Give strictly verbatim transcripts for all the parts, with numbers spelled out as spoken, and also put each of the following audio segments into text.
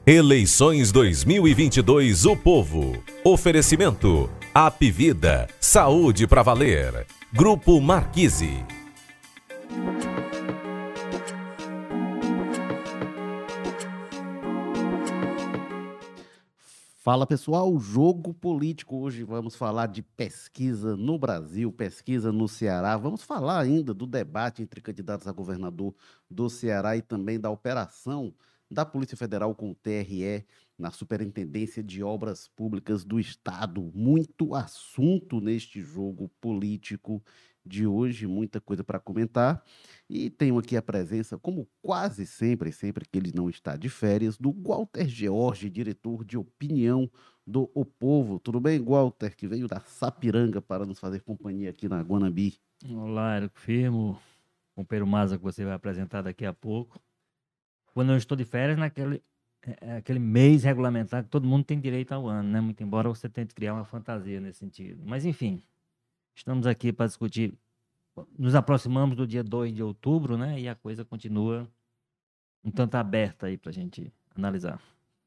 Eleições dois mil e vinte e dois, o povo. Oferecimento: Apvida, saúde pra valer. Grupo Marquise. Fala pessoal, jogo político. Hoje vamos falar de pesquisa no Brasil, pesquisa no Ceará. Vamos falar ainda do debate entre candidatos a governador do Ceará e também da operação da Polícia Federal com o T R E na Superintendência de Obras Públicas do Estado. Muito assunto neste jogo político de hoje, muita coisa para comentar. E tenho aqui a presença, como quase sempre, sempre que ele não está de férias, do Walter George, diretor de opinião do O Povo. Tudo bem, Walter, que veio da Sapiranga para nos fazer companhia aqui na Guanambi? Olá, Érico Firmo, companheiro Maza, que você vai apresentar daqui a pouco. Quando eu estou de férias, naquele é, é aquele mês regulamentar que todo mundo tem direito ao ano, né? Muito embora você tente criar uma fantasia nesse sentido. Mas, enfim, estamos aqui para discutir. Nos aproximamos do dia dois de outubro, né? E a coisa continua um tanto aberta aí para a gente analisar.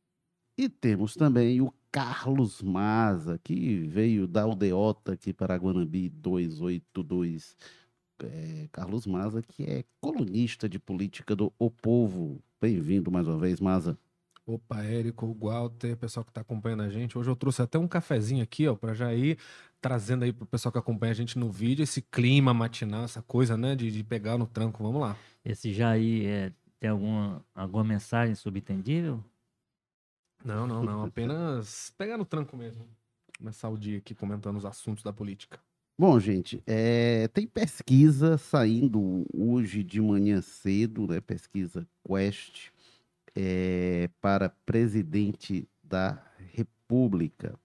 E temos também o Carlos Maza, que veio da Aldeota aqui para a Guanambi duzentos e oitenta e dois. É, Carlos Maza, que é colunista de política do O Povo. Bem-vindo mais uma vez, Maza. Opa, Érico, Walter, pessoal que está acompanhando a gente. Hoje eu trouxe até um cafezinho aqui, ó, para já ir trazendo aí pro pessoal que acompanha a gente no vídeo esse clima matinal, essa coisa, né, de, de pegar no tranco. Vamos lá. Esse Jair é, tem alguma, alguma mensagem subentendível? Não, não, não. Apenas pegar no tranco mesmo. Começar o dia aqui comentando os assuntos da política. Bom, gente, é, tem pesquisa saindo hoje de manhã cedo, né? Pesquisa Quest, é, para presidente da República.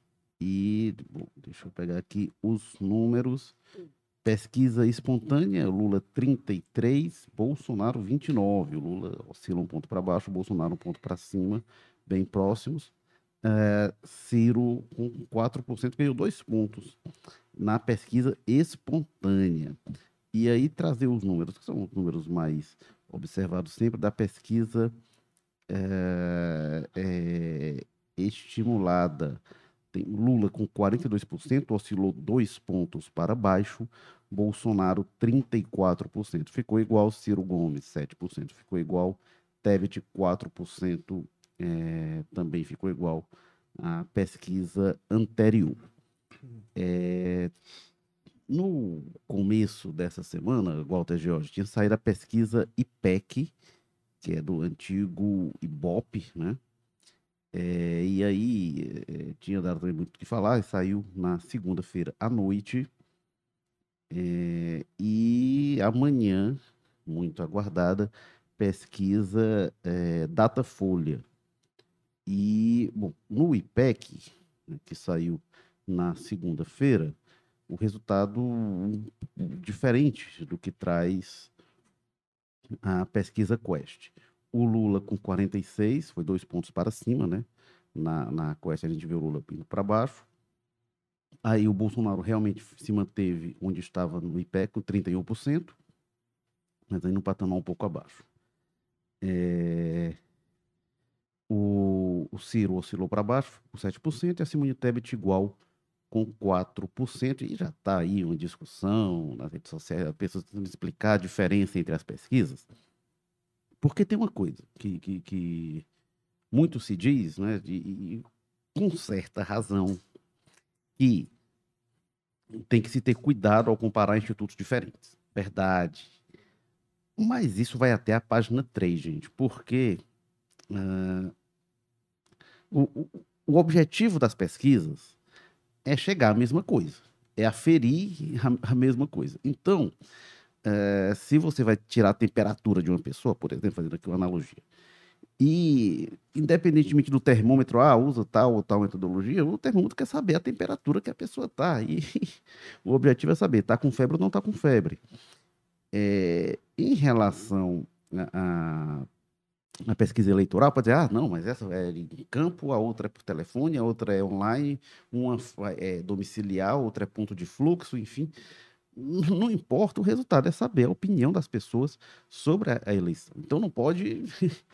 E, bom, deixa eu pegar aqui os números. Pesquisa espontânea, Lula trinta e três, Bolsonaro vinte e nove. O Lula oscila um ponto para baixo, o Bolsonaro um ponto para cima, bem próximos. É, Ciro com quatro por cento ganhou dois pontos na pesquisa espontânea. E aí trazer os números, que são os números mais observados sempre, da pesquisa é, é, estimulada. Tem Lula com quarenta e dois por cento, oscilou dois pontos para baixo, Bolsonaro trinta e quatro por cento. Ficou igual Ciro Gomes, sete por cento. Ficou igual Tebet, quatro por cento. É, também ficou igual à pesquisa anterior. É, no começo dessa semana, Walter George, tinha saído a pesquisa I P E C, que é do antigo Ibope, né? É, e aí é, tinha dado também muito o que falar, e saiu na segunda-feira à noite. É, e amanhã, muito aguardada, pesquisa é, Datafolha. E, bom, no I P E C, né, que saiu na segunda-feira, o resultado diferente do que traz a pesquisa Quest. O Lula com quarenta e seis, foi dois pontos para cima, né? Na, na Quest a gente viu o Lula indo para baixo. Aí o Bolsonaro realmente se manteve onde estava no I P E C, com trinta e um por cento, mas aí no patamar um pouco abaixo. É... O, o Ciro oscilou para baixo, com sete por cento, e a Simone Tebet igual, com quatro por cento, e já está aí uma discussão nas redes sociais, as pessoas tentando explicar a diferença entre as pesquisas. Porque tem uma coisa que, que, que muito se diz, né, de, e com certa razão, que tem que se ter cuidado ao comparar institutos diferentes. Verdade. Mas isso vai até a página três, gente, porque uh, o, o, o objetivo das pesquisas é chegar à mesma coisa, é aferir a, a mesma coisa. Então, uh, se você vai tirar a temperatura de uma pessoa, por exemplo, fazendo aqui uma analogia, e, independentemente do termômetro, ah, usa tal ou tal metodologia, o termômetro quer saber a temperatura que a pessoa está. E o objetivo é saber, está com febre ou não está com febre. É, em relação à pesquisa eleitoral, pode dizer, ah, não, mas essa é em campo, a outra é por telefone, a outra é online, uma é domiciliar, outra é ponto de fluxo, enfim. Não importa o resultado, é saber a opinião das pessoas sobre a, a eleição. Então não pode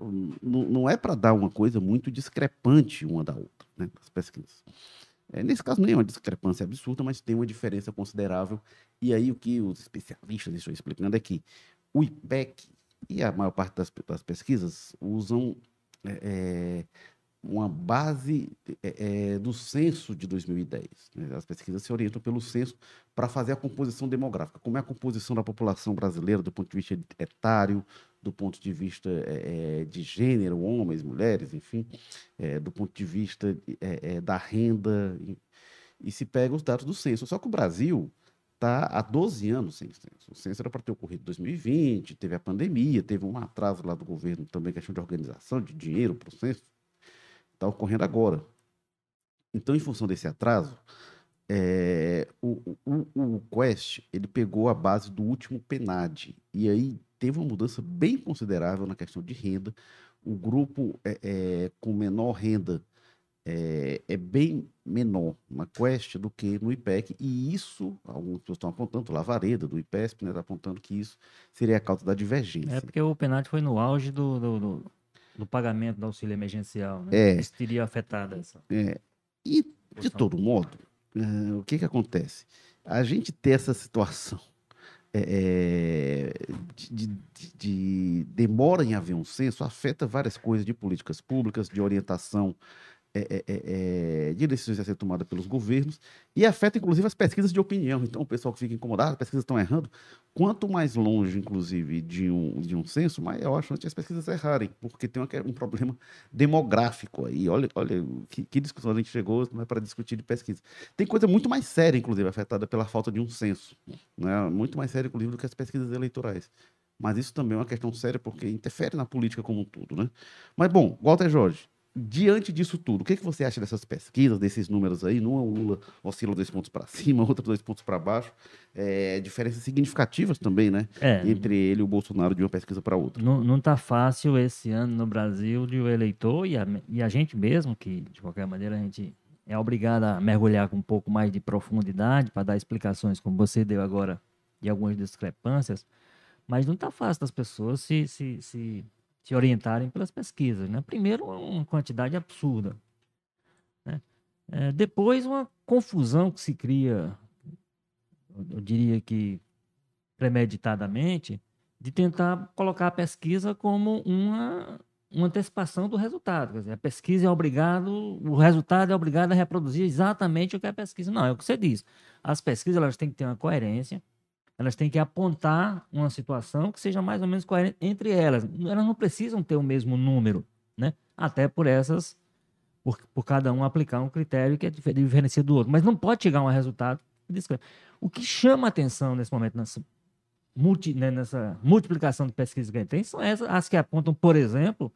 não, não é para dar uma coisa muito discrepante uma da outra, né, as pesquisas. É, nesse caso, nem é uma discrepância absurda, mas tem uma diferença considerável. E aí, o que os especialistas estão explicando é que o I P E C e a maior parte das, das pesquisas usam é, é, uma base é, é, do censo de dois mil e dez. Né? As pesquisas se orientam pelo censo para fazer a composição demográfica. Como é a composição da população brasileira do ponto de vista etário, do ponto de vista é, de gênero, homens, mulheres, enfim, é, do ponto de vista é, é, da renda, e, e se pega os dados do censo. Só que o Brasil está há doze anos sem censo. O censo era para ter ocorrido em dois mil e vinte, teve a pandemia, teve um atraso lá do governo também, questão de organização, de dinheiro para o censo, está ocorrendo agora. Então, em função desse atraso, é, o, o, o Quest ele pegou a base do último PNAD, e aí teve uma mudança bem considerável na questão de renda. O grupo é, é, com menor renda é, é bem menor na Quest do que no I P E C, e isso, algumas pessoas estão apontando, Lavareda, do IPESP, né, está apontando que isso seria a causa da divergência. É porque o PNAD foi no auge do, do, do, do pagamento do auxílio emergencial, né? É. Isso teria afetado essa. É. E, de todo modo, uh, o que, que acontece? A gente ter essa situação É, de, de, de demora em haver um censo, afeta várias coisas de políticas públicas, de orientação é, é, é, de decisões a ser tomadas pelos governos, e afeta, inclusive, as pesquisas de opinião. Então, o pessoal que fica incomodado, as pesquisas estão errando. Quanto mais longe, inclusive, de um, de um censo, maior a chance de as pesquisas errarem, porque tem uma, um problema demográfico aí. Olha, olha que, que discussão a gente chegou, não é para discutir de pesquisa. Tem coisa muito mais séria, inclusive, afetada pela falta de um censo, né? Muito mais séria, inclusive, do que as pesquisas eleitorais. Mas isso também é uma questão séria, porque interfere na política como um todo, né? Mas, bom, Walter Jorge, diante disso tudo, o que, que você acha dessas pesquisas, desses números aí? Numa, o Lula oscila dois pontos para cima, outra dois pontos para baixo. É, diferenças significativas também, né? É, Entre ele e o Bolsonaro de uma pesquisa para outra. não, não tá fácil esse ano no Brasil de o eleitor e a, e a gente mesmo, que de qualquer maneira a gente é obrigado a mergulhar com um pouco mais de profundidade para dar explicações, como você deu agora, de algumas discrepâncias, mas não tá fácil das pessoas se... se, se se orientarem pelas pesquisas, né? Primeiro, uma quantidade absurda, né? É, depois, uma confusão que se cria, eu diria que premeditadamente, de tentar colocar a pesquisa como uma, uma antecipação do resultado. Quer dizer, a pesquisa é obrigado, o resultado é obrigado a reproduzir exatamente o que é a pesquisa. Não, é o que você diz. As pesquisas elas têm que ter uma coerência, elas têm que apontar uma situação que seja mais ou menos coerente entre elas. Elas não precisam ter o mesmo número, né? Até por essas, por, por cada um aplicar um critério que é diferencia do outro. Mas não pode chegar a um resultado discreto. O que chama a atenção nesse momento, nessa, multi, né, nessa multiplicação de pesquisas que a gente tem, são essas, as que apontam, por exemplo,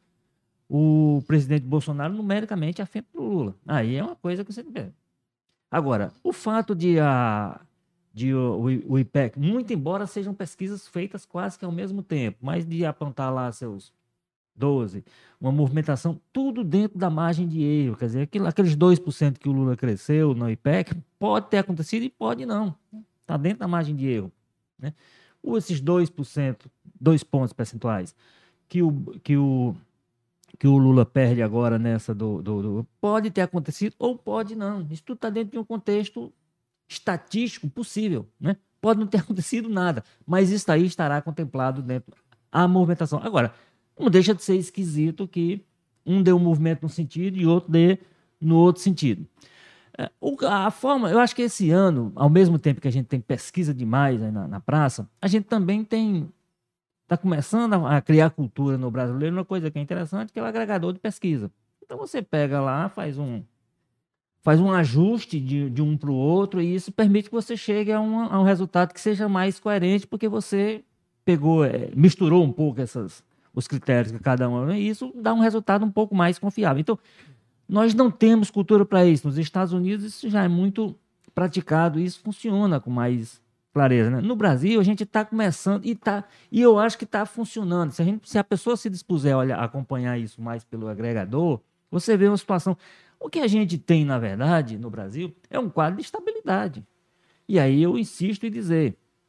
o presidente Bolsonaro numericamente à frente do Lula. Aí é uma coisa que você vê. Agora, o fato de a de o, o I P E C, muito embora sejam pesquisas feitas quase que ao mesmo tempo, mas de apontar lá seus doze, uma movimentação, tudo dentro da margem de erro, quer dizer, aquilo, aqueles dois por cento que o Lula cresceu no I P E C, pode ter acontecido e pode não, está dentro da margem de erro, né? Ou esses dois por cento, dois pontos percentuais, que o, que o, que o Lula perde agora nessa do, do, do... pode ter acontecido ou pode não, isso tudo está dentro de um contexto estatístico possível, né? Pode não ter acontecido nada, mas isso aí estará contemplado dentro da movimentação. Agora, não deixa de ser esquisito que um dê um movimento num sentido e outro dê no outro sentido. É, a forma, eu acho que esse ano, ao mesmo tempo que a gente tem pesquisa demais aí na, na praça, a gente também tem está começando a, a criar cultura no brasileiro, uma coisa que é interessante, que é o agregador de pesquisa. Então você pega lá, faz um faz um ajuste de, de um para o outro e isso permite que você chegue a, uma, a um resultado que seja mais coerente, porque você pegou, é, misturou um pouco essas, os critérios que cada um, e isso dá um resultado um pouco mais confiável. Então, nós não temos cultura para isso. Nos Estados Unidos isso já é muito praticado e isso funciona com mais clareza, né? No Brasil, a gente está começando e, tá, e eu acho que está funcionando. Se a, gente, se a pessoa se dispuser a, olhar, a acompanhar isso mais pelo agregador, você vê uma situação... O que a gente tem, na verdade, no Brasil, é um quadro de estabilidade. E aí eu insisto em dizer,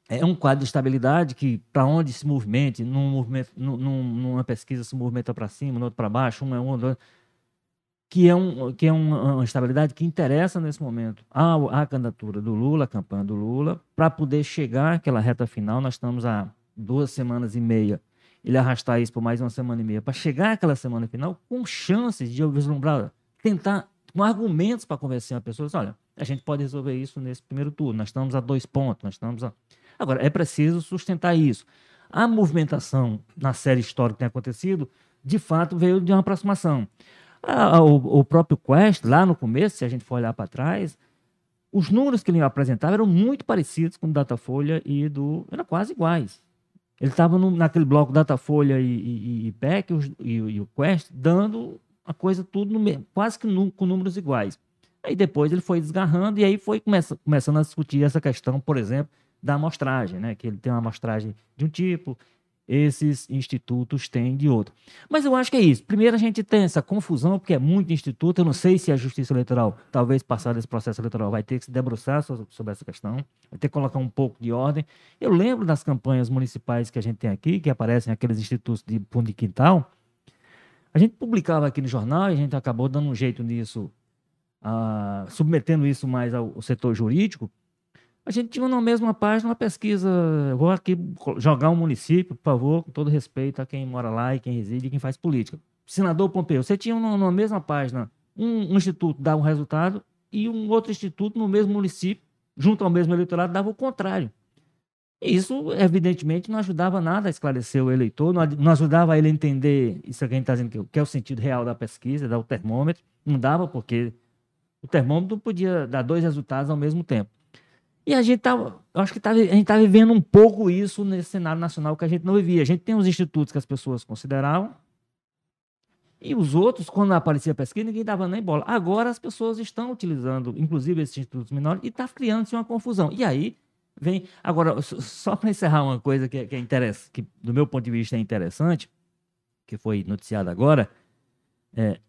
é um quadro de estabilidade que, para onde se movimente, num movimento, num, numa pesquisa se movimenta para cima, no outro para baixo, um é um, outro, que é, um, que é uma, uma estabilidade que interessa nesse momento à, à candidatura do Lula, a campanha do Lula, para poder chegar àquela reta final. Nós estamos há duas semanas e meia, ele arrastar isso por mais uma semana e meia, para chegar àquela semana final com chances de eu vislumbrar, tentar, com argumentos para convencer a pessoa, olha, a gente pode resolver isso nesse primeiro turno, nós estamos a dois pontos, nós estamos a... Agora, é preciso sustentar isso. A movimentação na série histórica que tem acontecido, de fato, veio de uma aproximação. Ah, o, o próprio Quest, lá no começo, se a gente for olhar para trás, os números que ele apresentava eram muito parecidos com o Datafolha e do... eram quase iguais. Ele estava naquele bloco Datafolha e, e, e P E C e, e o Quest, dando a coisa tudo no mesmo, quase que no, com números iguais. Aí depois ele foi desgarrando e aí foi começa, começando a discutir essa questão, por exemplo, da amostragem, né? Que ele tem uma amostragem de um tipo, esses institutos têm de outro. Mas eu acho que é isso. Primeiro a gente tem essa confusão, porque é muito instituto, eu não sei se a Justiça Eleitoral, talvez passado esse processo eleitoral, vai ter que se debruçar sobre essa questão, vai ter que colocar um pouco de ordem. Eu lembro das campanhas municipais que a gente tem aqui, que aparecem aqueles institutos de fundo de quintal, a gente publicava aqui no jornal e a gente acabou dando um jeito nisso, uh, submetendo isso mais ao, ao setor jurídico. A gente tinha na mesma página uma pesquisa, vou aqui jogar um município, por favor, com todo respeito a quem mora lá e quem reside e quem faz política. Senador Pompeu, você tinha na mesma página um, um instituto dava um resultado e um outro instituto no mesmo município, junto ao mesmo eleitorado, dava o contrário. E isso, evidentemente, não ajudava nada a esclarecer o eleitor, não, não ajudava ele a entender isso que a gente está dizendo, que é o sentido real da pesquisa, dar o termômetro, não dava porque o termômetro podia dar dois resultados ao mesmo tempo. E a gente tá, acho que tá, a gente está vivendo um pouco isso nesse cenário nacional que a gente não vivia. A gente tem os institutos que as pessoas consideravam e os outros, quando aparecia a pesquisa, ninguém dava nem bola. Agora as pessoas estão utilizando, inclusive esses institutos menores, e está criando-se uma confusão. E aí vem... Agora, só para encerrar uma coisa que, que é interessante, que do meu ponto de vista é interessante, que foi noticiado agora, é...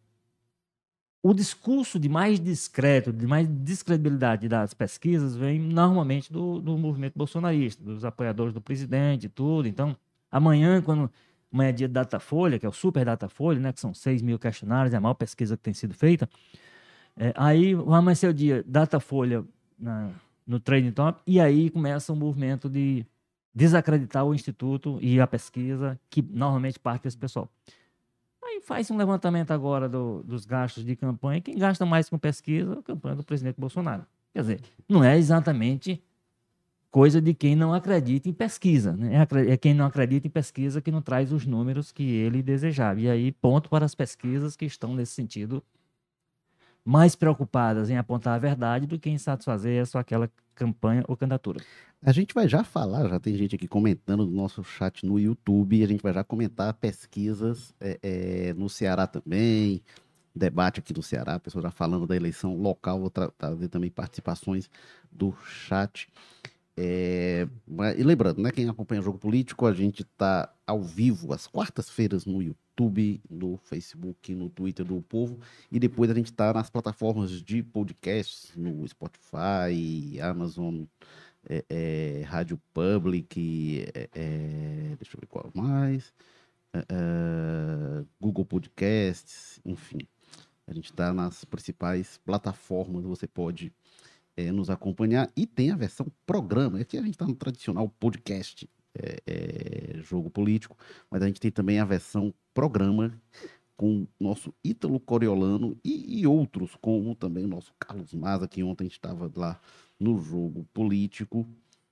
o discurso de mais discreto, de mais descredibilidade das pesquisas vem normalmente do, do movimento bolsonarista, dos apoiadores do presidente e tudo. Então, amanhã, quando amanhã é dia de Datafolha, que é o Super Datafolha, né, que são seis mil questionários, é a maior pesquisa que tem sido feita, é, aí vai amanhecer o dia Datafolha na, no Trading Top, e aí começa um movimento de desacreditar o instituto e a pesquisa, que normalmente parte desse pessoal. Aí faz um levantamento agora do, dos gastos de campanha. Quem gasta mais com pesquisa é a campanha do presidente Bolsonaro. Quer dizer, não é exatamente coisa de quem não acredita em pesquisa, né? É quem não acredita em pesquisa que não traz os números que ele desejava. E aí, ponto para as pesquisas que estão, nesse sentido, mais preocupadas em apontar a verdade do que em satisfazer só aquela campanha ou candidatura. A gente vai já falar, já tem gente aqui comentando no nosso chat no YouTube, a gente vai já comentar pesquisas é, é, no Ceará também, debate aqui no Ceará, a pessoa já falando da eleição local, vou trazer também participações do chat. É, e lembrando, né, quem acompanha o Jogo Político, a gente está ao vivo às quartas-feiras no YouTube, no Facebook, no Twitter do Povo, e depois a gente está nas plataformas de podcasts, no Spotify, Amazon, é, é, Rádio Public, é, é, deixa eu ver qual mais, é, é, Google Podcasts, enfim, a gente está nas principais plataformas, você pode É, nos acompanhar, e tem a versão programa. Aqui a gente está no tradicional podcast é, é, Jogo Político, mas a gente tem também a versão programa com o nosso Ítalo Coriolano e, e outros, como também o nosso Carlos Maza, que ontem estava lá no Jogo Político.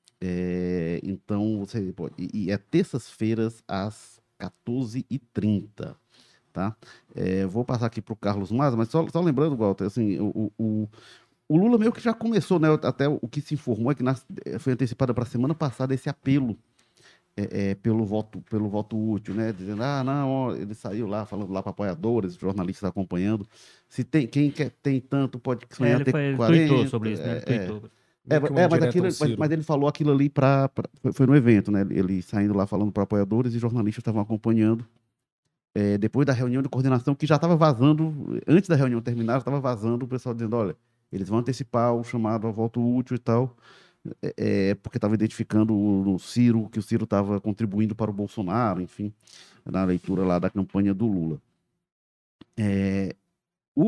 É, então, você pode... E, e é terças-feiras às quatorze e trinta, tá? É, vou passar aqui para o Carlos Maza, mas só, só lembrando, Walter, assim, o... o O Lula meio que já começou, né? Até o que se informou é que na, foi antecipada para a semana passada esse apelo é, é, pelo, voto, pelo voto útil, né? Dizendo, ah, não, ó, ele saiu lá, falando lá para apoiadores, jornalistas acompanhando. Se tem, quem quer, tem tanto, pode sonhar é, ele ter foi, quarenta. Ele tweetou sobre isso, né? Ele é, tweetou. É, é, mas, aquilo, mas, mas ele falou aquilo ali para... Foi, foi no evento, né? Ele saindo lá falando para apoiadores e jornalistas estavam acompanhando. É, depois da reunião de coordenação, que já estava vazando, antes da reunião terminar, estava vazando o pessoal dizendo, olha, eles vão antecipar o chamado ao voto útil e tal. é, porque estava identificando o, o Ciro, que o Ciro estava contribuindo para o Bolsonaro, enfim, na leitura lá da campanha do Lula. É, o,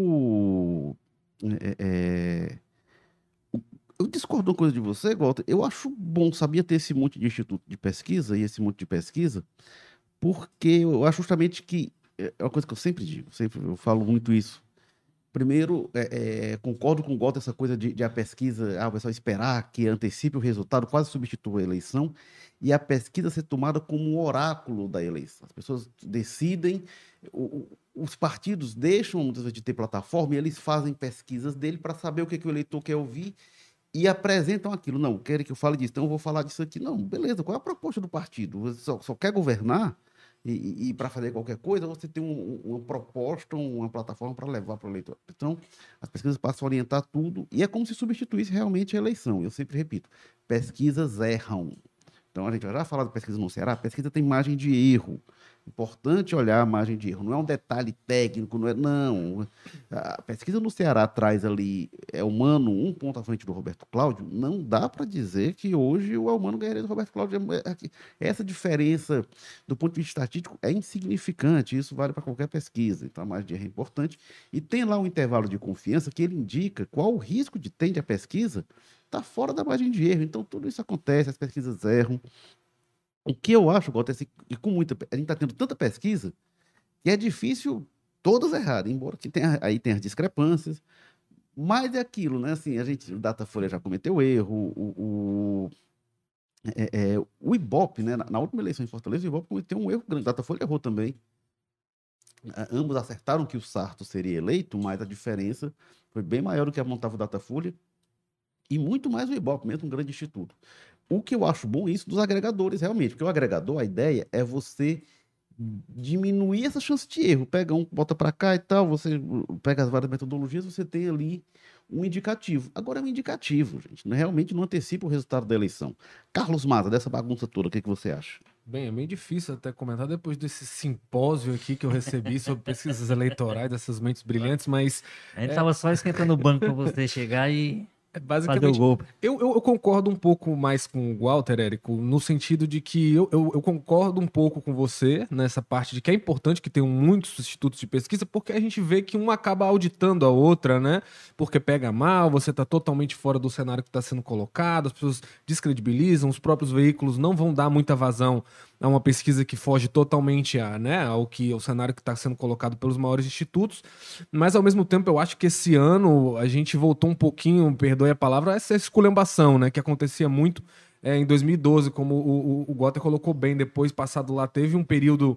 o, é, é, o- eu discordo de uma coisa de você, Walter. Eu acho bom, sabia, ter esse monte de instituto de pesquisa e esse monte de pesquisa, porque eu acho justamente que é uma coisa que eu sempre digo, sempre eu falo muito isso. Primeiro, é, é, concordo com o Walter, essa coisa de, de a pesquisa, ah, o pessoal esperar que antecipe o resultado, quase substitua a eleição, e a pesquisa ser tomada como um oráculo da eleição. As pessoas decidem, o- o- os partidos deixam muitas vezes de ter plataforma e eles fazem pesquisas dele para saber o que, que o eleitor quer ouvir e apresentam aquilo. Não, querem que eu fale disso, então eu vou falar disso aqui. Não, beleza, qual é a proposta do partido? Você só, só quer governar? E, e- e para fazer qualquer coisa, você tem um- um- uma proposta, uma plataforma para levar para o eleitor. Então, as pesquisas passam a orientar tudo, e é como se substituísse realmente a eleição. Eu sempre repito, pesquisas erram. Então, a gente vai já falar de pesquisa no Ceará, a pesquisa tem margem de erro. Importante olhar a margem de erro. Não é um detalhe técnico, não é. Não. A pesquisa no Ceará traz ali é humano um ponto à frente do Roberto Cláudio. Não dá para dizer que hoje o Elmano ganharia do Roberto Cláudio. É- é- Essa diferença, do ponto de vista estatístico, é insignificante. Isso vale para qualquer pesquisa. Então, a margem de erro é importante. E tem lá um intervalo de confiança que ele indica qual o risco de tende a pesquisa está fora da margem de erro. Então, tudo isso acontece, as pesquisas erram. O que eu acho, Walter, é assim, e com muita, a gente está tendo tanta pesquisa que é difícil todas errarem, embora que tenha, aí tenha as discrepâncias, mas é aquilo, né? Assim, a gente, o Datafolha já cometeu erro, o, o, é, é, o Ibope, né? Na, na última eleição em Fortaleza, o Ibope cometeu um erro grande, o Datafolha errou também. A- Ambos acertaram que o Sarto seria eleito, mas a diferença foi bem maior do que apontava o Datafolha, e muito mais o Ibope, mesmo um grande instituto. O que eu acho bom é isso dos agregadores, realmente, porque o agregador, a ideia é você diminuir essa chance de erro. Pega um, bota para cá e tal, você uh, pega as várias metodologias, você tem ali um indicativo. Agora é um indicativo, gente, né? Realmente não antecipa o resultado da eleição. Carlos Maza, dessa bagunça toda, o que, que você acha? Bem, é meio difícil até comentar depois desse simpósio aqui que eu recebi sobre pesquisas eleitorais dessas mentes brilhantes, mas A gente é, tava só esquentando o banco pra você chegar e é fazer o basicamente. gol. Eu, eu, eu concordo um pouco mais com o Walter, Érico, no sentido de que eu, eu, eu concordo um pouco com você nessa parte de que é importante que tenham muitos institutos de pesquisa, porque a gente vê que uma acaba auditando a outra, né? Porque pega mal, você está totalmente fora do cenário que está sendo colocado, as pessoas descredibilizam, os próprios veículos não vão dar muita vazão a uma pesquisa que foge totalmente a, né, ao que o cenário que está sendo colocado pelos maiores institutos, mas ao mesmo tempo eu acho que esse ano a gente voltou um pouquinho, perdoe a palavra, a essa esculhambação, né, que acontecia muito é, em dois mil e doze, como o, o, o Gota colocou bem, depois passado lá teve um período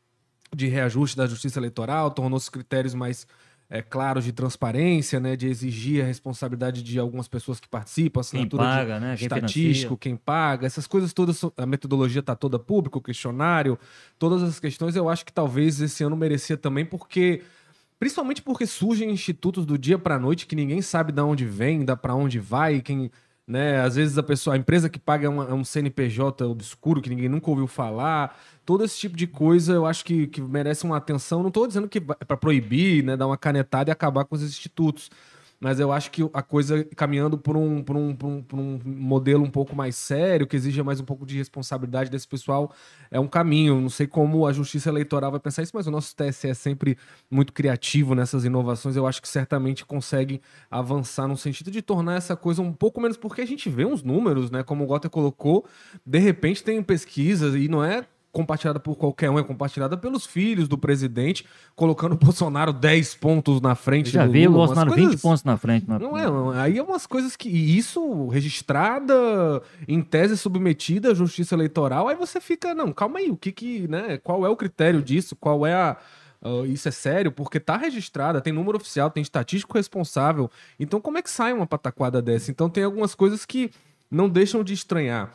de reajuste da Justiça Eleitoral, tornou os critérios mais é, claros de transparência, né, de exigir a responsabilidade de algumas pessoas que participam, Quem assinatura de paga, né? Quem estatístico, financia. quem paga, essas coisas todas, a metodologia está toda pública, o questionário, todas as questões, eu acho que talvez esse ano merecia também, porque principalmente porque surgem institutos do dia para a noite que ninguém sabe de onde vem, da para onde vai, quem, né? Às vezes a pessoa, a empresa que paga é, uma- é um C N P J obscuro que ninguém nunca ouviu falar. Todo esse tipo de coisa eu acho que, que merece uma atenção. Não estou dizendo que é para proibir, né, dar uma canetada e acabar com os institutos. Mas eu acho que a coisa caminhando por um, por, um, por, um, por um modelo um pouco mais sério, que exija mais um pouco de responsabilidade desse pessoal, é um caminho. Não sei como a Justiça Eleitoral vai pensar isso, mas o nosso T S E é sempre muito criativo nessas inovações. Eu acho que certamente consegue avançar no sentido de tornar essa coisa um pouco menos... Porque a gente vê uns números, né? Como o Gota colocou, de repente tem pesquisas e não é compartilhada por qualquer um, é compartilhada pelos filhos do presidente, colocando o Bolsonaro dez pontos na frente Já do vi o Lula. Umas Bolsonaro coisas- vinte pontos na frente. Na... Não é, aí é umas coisas que... E isso registrada, em tese submetida à Justiça Eleitoral, aí você fica, não, calma aí, o que que, né? Qual é o critério disso? Qual é a... Uh, isso é sério, porque tá registrada, tem número oficial, tem estatístico responsável. Então, como é que sai uma pataquada dessa? Então, tem algumas coisas que não deixam de estranhar.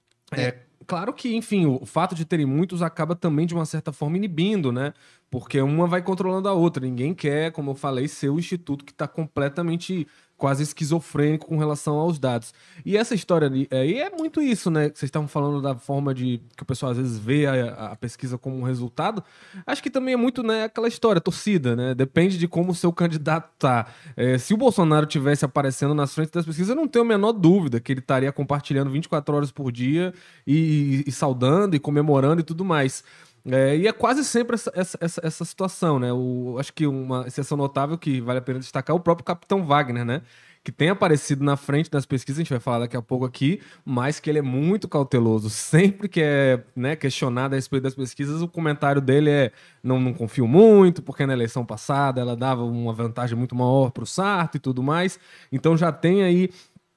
É, claro que, enfim, o fato de terem muitos acaba também, de uma certa forma, inibindo, né? Porque uma vai controlando a outra. Ninguém quer, como eu falei, ser o instituto que está completamente quase esquizofrênico com relação aos dados. E essa história ali, aí é muito isso, né? Que vocês estavam falando da forma de que o pessoal às vezes vê a, a pesquisa como um resultado. Acho que também é muito, né, aquela história, torcida, né? Depende de como o seu candidato tá. É, se o Bolsonaro tivesse aparecendo nas frentes das pesquisas, eu não tenho a menor dúvida que ele estaria compartilhando vinte e quatro horas por dia e, e, e saudando e comemorando e tudo mais. É, e é quase sempre essa, essa, essa, essa situação, né? O, acho que uma exceção notável que vale a pena destacar é o próprio Capitão Wagner, né? Que tem aparecido na frente das pesquisas, a gente vai falar daqui a pouco aqui, mas que ele é muito cauteloso. Sempre que é, né, questionado a respeito das pesquisas, o comentário dele é não, não confio muito, porque na eleição passada ela dava uma vantagem muito maior para o Sarto e tudo mais. Então já tem aí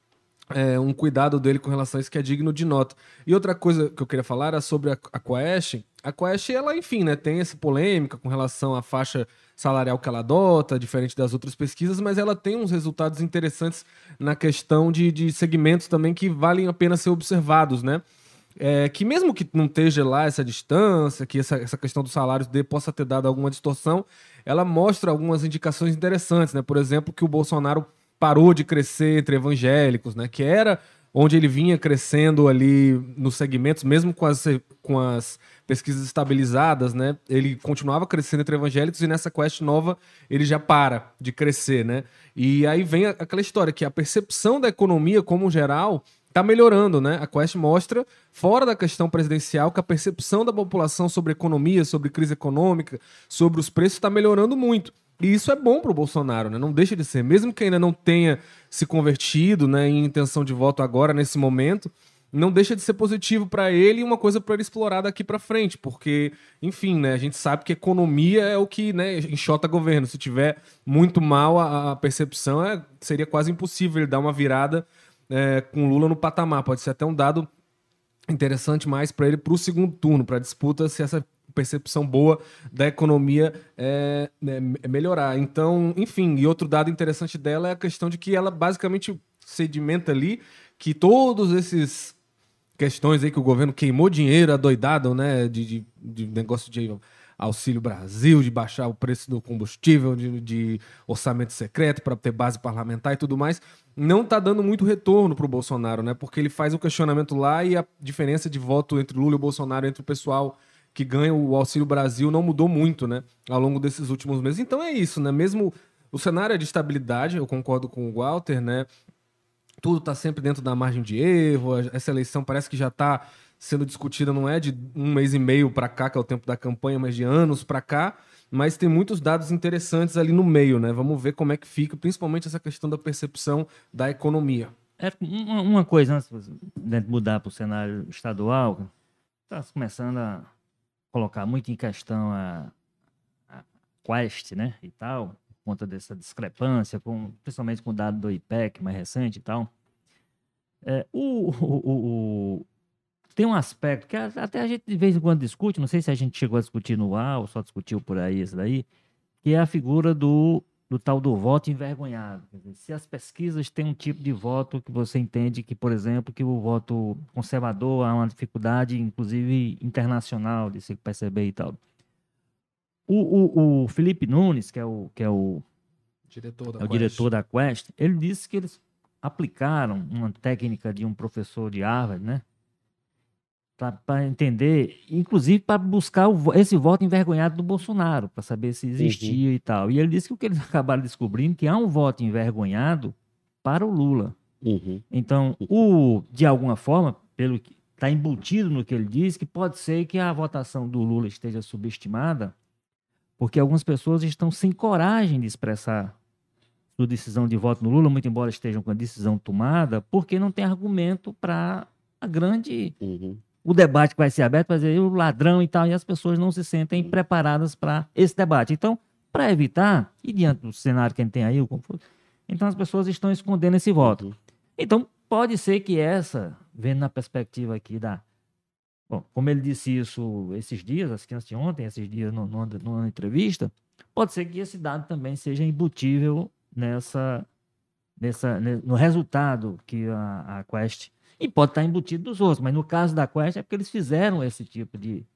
É, um cuidado dele com relação a isso que é digno de nota. E outra coisa que eu queria falar era sobre a, a Quaest. A Quaest, ela, enfim, né, tem essa polêmica com relação à faixa salarial que ela adota, diferente das outras pesquisas, mas ela tem uns resultados interessantes na questão de, de segmentos também que valem a pena ser observados, né? É, que mesmo que não esteja lá essa distância, que essa, essa questão dos salários dele possa ter dado alguma distorção, ela mostra algumas indicações interessantes, né? Por exemplo, que o Bolsonaro parou de crescer entre evangélicos, né? Que era onde ele vinha crescendo ali nos segmentos, mesmo com as, com as pesquisas estabilizadas, né? Ele continuava crescendo entre evangélicos e nessa Quest nova ele já para de crescer, né? E aí vem aquela história que a percepção da economia como geral está melhorando, né? A Quest mostra, fora da questão presidencial, que a percepção da população sobre economia, sobre crise econômica, sobre os preços está melhorando muito. E isso é bom para o Bolsonaro, né? Não deixa de ser. Mesmo que ainda não tenha se convertido, né, em intenção de voto agora, nesse momento, não deixa de ser positivo para ele e uma coisa para ele explorar daqui para frente. Porque, enfim, né, a gente sabe que economia é o que, né, enxota governo. Se tiver muito mal a, a percepção, é, seria quase impossível ele dar uma virada é, com Lula no patamar. Pode ser até um dado interessante mais para ele para o segundo turno, para a disputa, se essa percepção boa da economia é, é melhorar. Então, enfim, e outro dado interessante dela é a questão de que ela basicamente sedimenta ali que todos esses questões aí que o governo queimou dinheiro adoidado, né, de, de, de negócio de Auxílio Brasil, de baixar o preço do combustível, de, de orçamento secreto para ter base parlamentar e tudo mais, não está dando muito retorno para o Bolsonaro, né, porque ele faz o questionamento lá e a diferença de voto entre Lula e o Bolsonaro, entre o pessoal que ganha o Auxílio Brasil, não mudou muito, né, ao longo desses últimos meses. Então é isso, né, mesmo o cenário é de estabilidade, eu concordo com o Walter, né, tudo está sempre dentro da margem de erro, essa eleição parece que já está sendo discutida, não é de um mês e meio para cá, que é o tempo da campanha, mas de anos para cá, mas tem muitos dados interessantes ali no meio, né, vamos ver como é que fica, principalmente essa questão da percepção da economia. É uma, uma coisa, antes de mudar para o cenário estadual, está começando a colocar muito em questão a, a Quest, né, e tal, por conta dessa discrepância, com, principalmente com o dado do I P E C mais recente e tal. É, o, o, o, o, tem um aspecto que até a gente de vez em quando discute, não sei se a gente chegou a discutir no ar ou só discutiu por aí esse daí, que é a figura do, do tal do voto envergonhado. Quer dizer, se as pesquisas têm um tipo de voto que você entende que, por exemplo, que o voto conservador há uma dificuldade, inclusive internacional, de se perceber e tal. O, o, o Felipe Nunes, que é o, que é o, diretor, da é o diretor da Quest, ele disse que eles aplicaram uma técnica de um professor de Harvard, né? Para entender, inclusive para buscar o, esse voto envergonhado do Bolsonaro, para saber se existia uhum. e tal. E ele disse que o que eles acabaram descobrindo que há um voto envergonhado para o Lula. Uhum. Então, o, de alguma forma, pelo que está embutido no que ele diz, que pode ser que a votação do Lula esteja subestimada, porque algumas pessoas estão sem coragem de expressar sua decisão de voto no Lula, muito embora estejam com a decisão tomada, porque não tem argumento para a grande... Uhum. O debate que vai ser aberto, vai dizer o ladrão e tal, e as pessoas não se sentem preparadas para esse debate. Então, para evitar, e diante do cenário que a gente tem aí, o confuso, então as pessoas estão escondendo esse voto. Uhum. Então, pode ser que essa, vendo na perspectiva aqui da... Bom, como ele disse isso esses dias, acho que antes de ontem, esses dias no, no, numa entrevista, pode ser que esse dado também seja embutível nessa, nessa, no resultado que a, a Quest... E pode estar embutido dos outros, mas no caso da Quest é porque eles fizeram esse tipo de,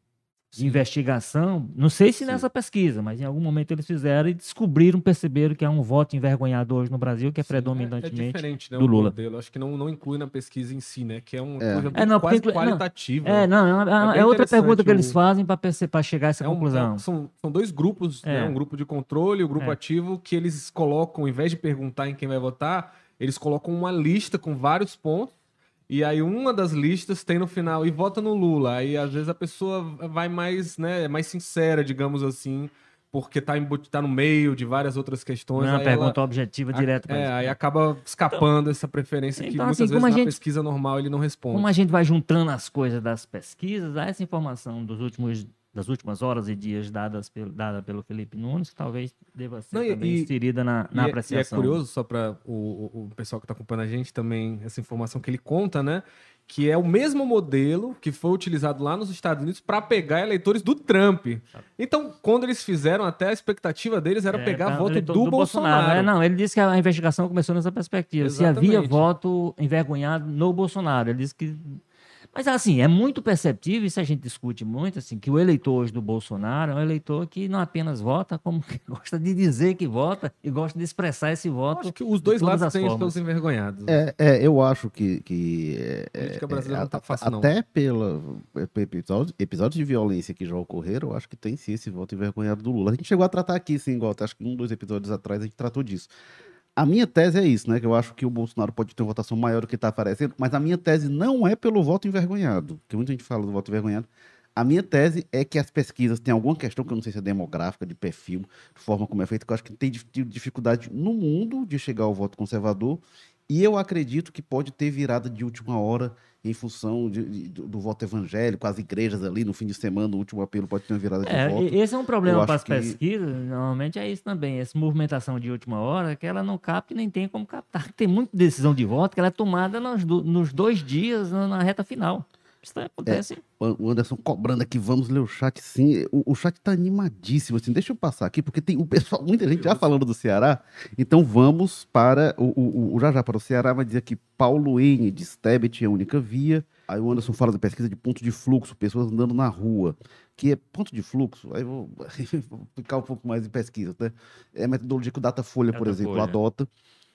de investigação, não sei se Sim. nessa pesquisa, mas em algum momento eles fizeram e descobriram, perceberam que é um voto envergonhado hoje no Brasil, que é Sim, predominantemente é, é diferente, né, do o Lula. modelo. Acho que não, não inclui na pesquisa em si, né? Que é uma É. coisa É, bem não, porque quase inclui- não, qualitativa. É, né? não, é, uma- bem é outra pergunta que interessante eles o- fazem para chegar a essa É um- conclusão. é- são, são dois grupos, É. né? Um grupo de controle e o grupo É. ativo, que eles colocam, ao invés de perguntar em quem vai votar, eles colocam uma lista com vários pontos. E aí uma das listas tem no final, e vota no Lula. Aí às vezes a pessoa vai mais, né, é mais sincera, digamos assim, porque tá, em, tá no meio de várias outras questões. Não é uma aí pergunta ela, objetiva a- direta para é, eles. aí acaba escapando essa preferência que então, muitas assim, como vezes a na gente- pesquisa normal ele não responde. Como a gente vai juntando as coisas das pesquisas, há essa informação dos últimos, das últimas horas e dias dadas pelo, dada pelo Felipe Nunes, que talvez deva ser Não, e- também e- inserida na, na E é, e é apreciação. curioso, só para o, o, o pessoal que está acompanhando a gente também, essa informação que ele conta, né? Que é o mesmo modelo que foi utilizado lá nos Estados Unidos para pegar eleitores do Trump. Então, quando eles fizeram, até a expectativa deles era É, pegar pra- voto eleitor do, Bolsonaro. É, não, ele disse que a investigação começou nessa perspectiva. Se havia Exatamente. voto envergonhado no Bolsonaro. Ele disse que. Mas, assim, é muito perceptível, isso a gente discute muito, assim, que o eleitor hoje do Bolsonaro é um eleitor que não apenas vota, como que gosta de dizer que vota e gosta de expressar esse Eu voto. acho que os de dois todas lados as têm os formas. seus envergonhados. É, é, eu acho que, que é, A política é, brasileira não tá a- fácil, não. até pela pe- episódios, episódios de violência que já ocorreram, eu acho que tem sim esse voto envergonhado do Lula. A gente chegou a tratar aqui, sim, igual, acho que um, dois episódios atrás a gente tratou disso. A minha tese é isso, né? Que eu acho que o Bolsonaro pode ter uma votação maior do que está aparecendo, mas a minha tese não é pelo voto envergonhado, porque muita gente fala do voto envergonhado. A minha tese é que as pesquisas têm alguma questão, que eu não sei se é demográfica, de perfil, de forma como é feita, que eu acho que tem dif- dificuldade no mundo de chegar ao voto conservador, e eu acredito que pode ter virada de última hora em função de- de- do, do voto evangélico, as igrejas ali no fim de semana, o último apelo pode ter uma virada de É, voto. e- esse é um problema Eu para acho as que- pesquisas, normalmente é isso também, essa movimentação de última hora, que ela não capta e nem tem como captar. Tem muita decisão de voto que ela é tomada nos, do- nos dois dias, na, na reta final. Isso acontece. O Anderson cobrando aqui, vamos ler o chat, sim. O, o chat tá animadíssimo, assim. Deixa eu passar aqui, porque tem o pessoal, muita gente já falando do Ceará. Então vamos para o, o, o já já para o Ceará, vai dizer que Paulo N diz Tebet é a única via. Aí o Anderson fala da pesquisa de ponto de fluxo, pessoas andando na rua, que é ponto de fluxo. Aí eu vou, vou ficar um pouco mais em pesquisa, né? É a metodologia que o Datafolha, por exemplo, Datafolha. adota.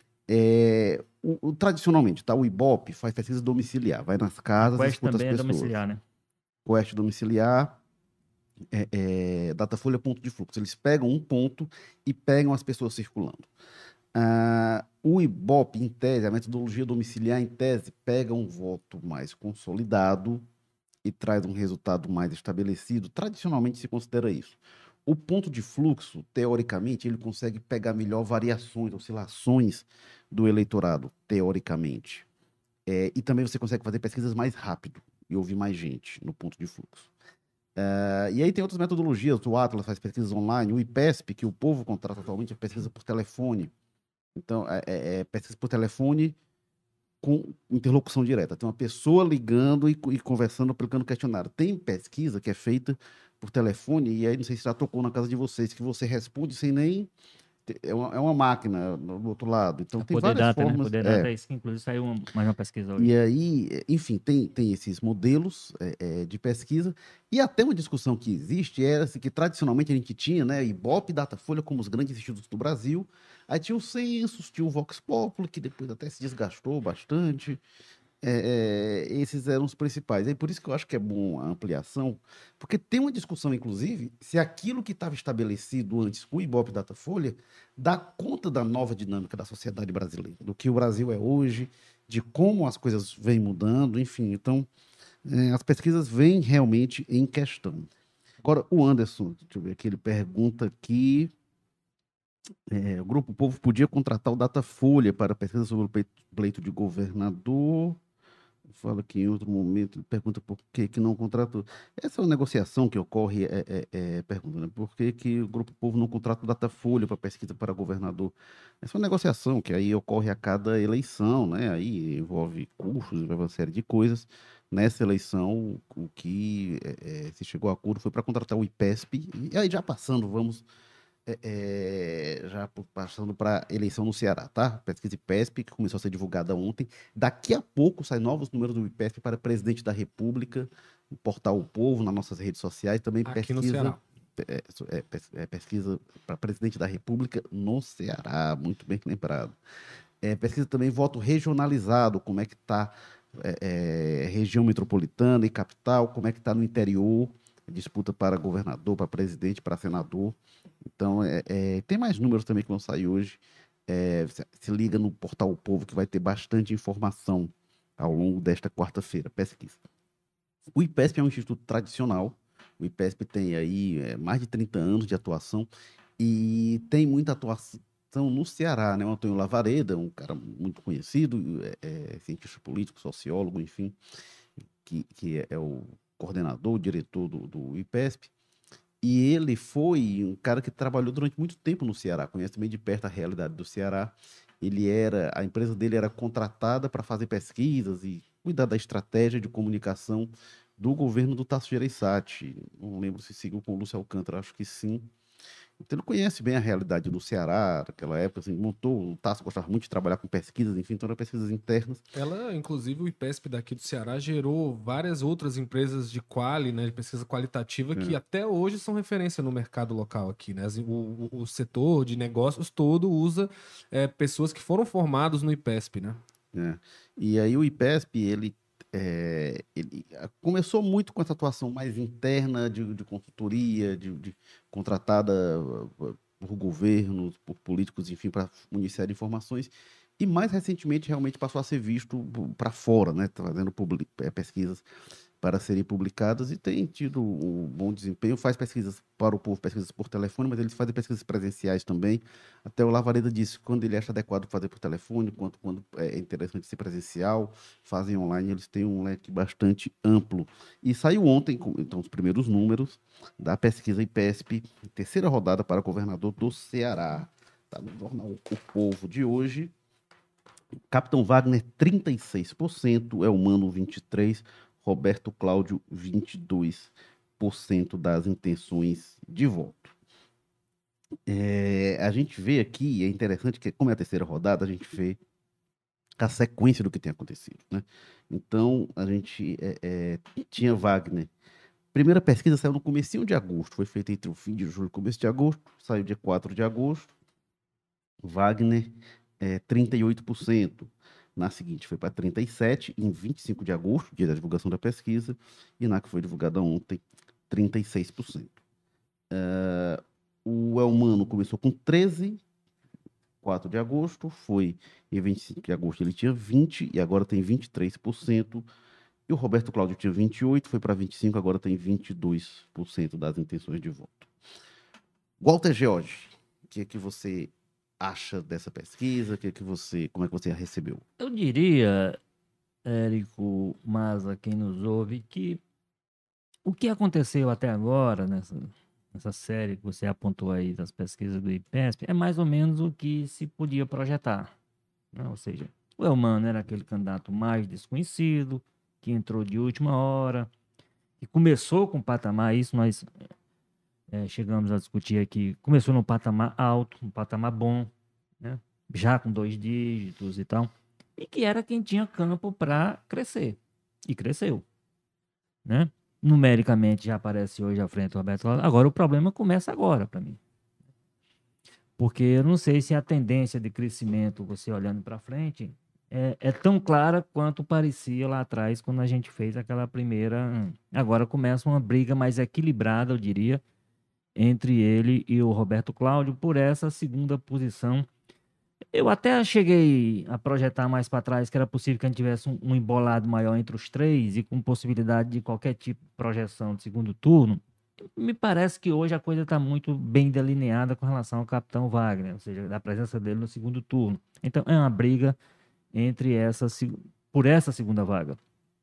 É, o, o- tradicionalmente, tá? O Ibope faz pesquisa domiciliar, vai nas casas, Quest escuta as também é pessoas. domiciliar, né? Quest domiciliar, é, é, Datafolha ponto de fluxo. Eles pegam um ponto e pegam as pessoas circulando. Ah, o Ibope, em tese, a metodologia domiciliar, em tese, pega um voto mais consolidado e traz um resultado mais estabelecido. Tradicionalmente se considera isso. O ponto de fluxo, teoricamente, ele consegue pegar melhor variações, oscilações do eleitorado, teoricamente. É, e também você consegue fazer pesquisas mais rápido e ouvir mais gente no ponto de fluxo. Ah, e aí tem outras metodologias, o Atlas faz pesquisas online, o IPESP, que o povo contrata atualmente, é pesquisa por telefone. Então, é, é- é pesquisa por telefone com interlocução direta. Tem uma pessoa ligando e, co- e conversando, aplicando questionário. Tem pesquisa que é feita por telefone, e aí não sei se já tocou na casa de vocês, que você responde sem nem... te- É uma, é uma máquina no do outro lado. Então, A tem Poder várias Data, né? formas... Poder é. Data é isso que inclusive saiu uma, mais uma pesquisa hoje. E aí, eh, enfim, tem, tem esses modelos eh, eh, de pesquisa, e até uma discussão que existe é essa que tradicionalmente a gente tinha, né, Ibope e Datafolha como os grandes institutos do Brasil, aí tinha o Census, tinha o Vox Populi, que depois até se desgastou bastante, eh, eh, esses eram os principais. É por isso que eu acho que é bom a ampliação, porque tem uma discussão, inclusive, se aquilo que estava estabelecido antes com o Ibope e Datafolha dá conta da nova dinâmica da sociedade brasileira, do que o Brasil é hoje, de como as coisas vêm mudando, enfim. Então, eh, as pesquisas vêm realmente em questão. Agora, o Anderson, deixa eu ver aqui, ele pergunta aqui, eh, o Grupo Povo podia contratar o Datafolha para pesquisa sobre o pleito- pleito de governador. Fala aqui em outro momento, ele pergunta por que, que não contratou. Essa é uma negociação que ocorre, é, é, é, pergunta, né? Por que, que o Grupo Povo não contrata o Datafolha para pesquisa para governador? Essa é uma negociação que aí ocorre a cada eleição, né? Aí envolve custos, envolve uma série de coisas. Nessa eleição, o que é, é, se chegou a acordo foi para contratar o IPESP, e aí já passando, vamos é, é, já por- passando para eleição no Ceará, tá? Pesquisa IPESP, que começou a ser divulgada ontem. Daqui a pouco saem novos números do IPESP para presidente da República, no portal O Povo, nas nossas redes sociais. Também Aqui no pesquisa, Ceará. é, é, pes- é, pesquisa para presidente da República no Ceará, muito bem lembrado. É, pesquisa também voto regionalizado, como é que está região metropolitana e capital, como é que está no interior, disputa para governador, para presidente, para senador. Então, é, é, tem mais números também que vão sair hoje. É, se, se liga no portal O Povo, que vai ter bastante informação ao longo desta quarta-feira. Pesquisa. O IPESP é um instituto tradicional. O IPESP tem aí é, mais de trinta anos de atuação e tem muita atuação no Ceará, né? O Antônio Lavareda, um cara muito conhecido, é, é cientista político, sociólogo, enfim, que, que é, é o coordenador, o diretor do, do IPESP. E ele foi um cara que trabalhou durante muito tempo no Ceará, conhece bem de perto a realidade do Ceará. Ele era, a empresa dele era contratada para fazer pesquisas e cuidar da estratégia de comunicação do governo do Tasso Gereissati. Não lembro se seguiu com o Lúcio Alcântara, acho que sim. Então ele conhece bem a realidade do Ceará, naquela época, assim, montou, o Tasso gostava muito de trabalhar com pesquisas, enfim, então eram pesquisas internas. Ela, inclusive, o IPESP daqui do Ceará gerou várias outras empresas de quali, né, de pesquisa qualitativa, que É. até hoje são referência no mercado local aqui, né? As- O, o- o setor de negócios todo usa é, pessoas que foram formados no IPESP, né? É. E aí o IPESP, ele, é, ele ah, começou muito com essa atuação mais interna de, de consultoria, de, de contratada ah, por governos, por políticos, enfim, para municiar de informações. E mais recentemente realmente passou a ser visto para fora, né? Fazendo publi- eh, pesquisas para serem publicadas e tem tido um bom desempenho. Faz pesquisas para o povo, pesquisas por telefone, mas eles fazem pesquisas presenciais também. Até o Lavareda disse que quando ele acha adequado fazer por telefone, quanto quando é interessante ser presencial, fazem online, eles têm um leque bastante amplo. E saiu ontem, com- então, os primeiros números da pesquisa IPESP, terceira rodada para governador do Ceará. Está no jornal O Povo de hoje. Capitão Wagner, trinta e seis por cento, Elmano, vinte e três por cento, Roberto Cláudio, vinte e dois por cento das intenções de voto. É, a gente vê aqui, é interessante que, como é a terceira rodada, a gente vê a sequência do que tem acontecido, né? Então, a gente é, é, tinha Wagner. Primeira pesquisa saiu no comecinho de agosto, foi feita entre o fim de julho e começo de agosto, saiu dia quatro de agosto. Wagner, é, trinta e oito por cento. Na seguinte, foi para trinta e sete por cento, em vinte e cinco de agosto, dia da divulgação da pesquisa, e na que foi divulgada ontem, trinta e seis por cento. Uh, o Elmano começou com treze, quatro de agosto, foi em vinte e cinco de agosto ele tinha vinte, e agora tem vinte e três por cento. E o Roberto Cláudio tinha vinte e oito, foi para vinte e cinco, agora tem vinte e dois por cento das intenções de voto. Walter George, o que é que você acha dessa pesquisa? Que que você, como é que você a recebeu? Eu diria, Érico, Maza, quem nos ouve, que o que aconteceu até agora nessa, nessa série que você apontou aí das pesquisas do IPESP é mais ou menos o que se podia projetar, né? Ou seja, o Elmano era aquele candidato mais desconhecido, que entrou de última hora, que começou com patamar, isso nós é, chegamos a discutir aqui, começou num patamar alto, um patamar bom, né? Já com dois dígitos e tal, e que era quem tinha campo para crescer, e cresceu, né? Numericamente já aparece hoje à frente do Roberto Cláudio. Agora o problema começa agora para mim, porque eu não sei se a tendência de crescimento, você olhando para frente, é, é tão clara quanto parecia lá atrás quando a gente fez aquela primeira. Agora começa uma briga mais equilibrada, eu diria, entre ele e o Roberto Cláudio por essa segunda posição. Eu até cheguei a projetar mais para trás que era possível que a gente tivesse um, um embolado maior entre os três e com possibilidade de qualquer tipo de projeção de segundo turno. Me parece que hoje a coisa está muito bem delineada com relação ao capitão Wagner, ou seja, da presença dele no segundo turno. Então é uma briga entre essa, por essa segunda vaga.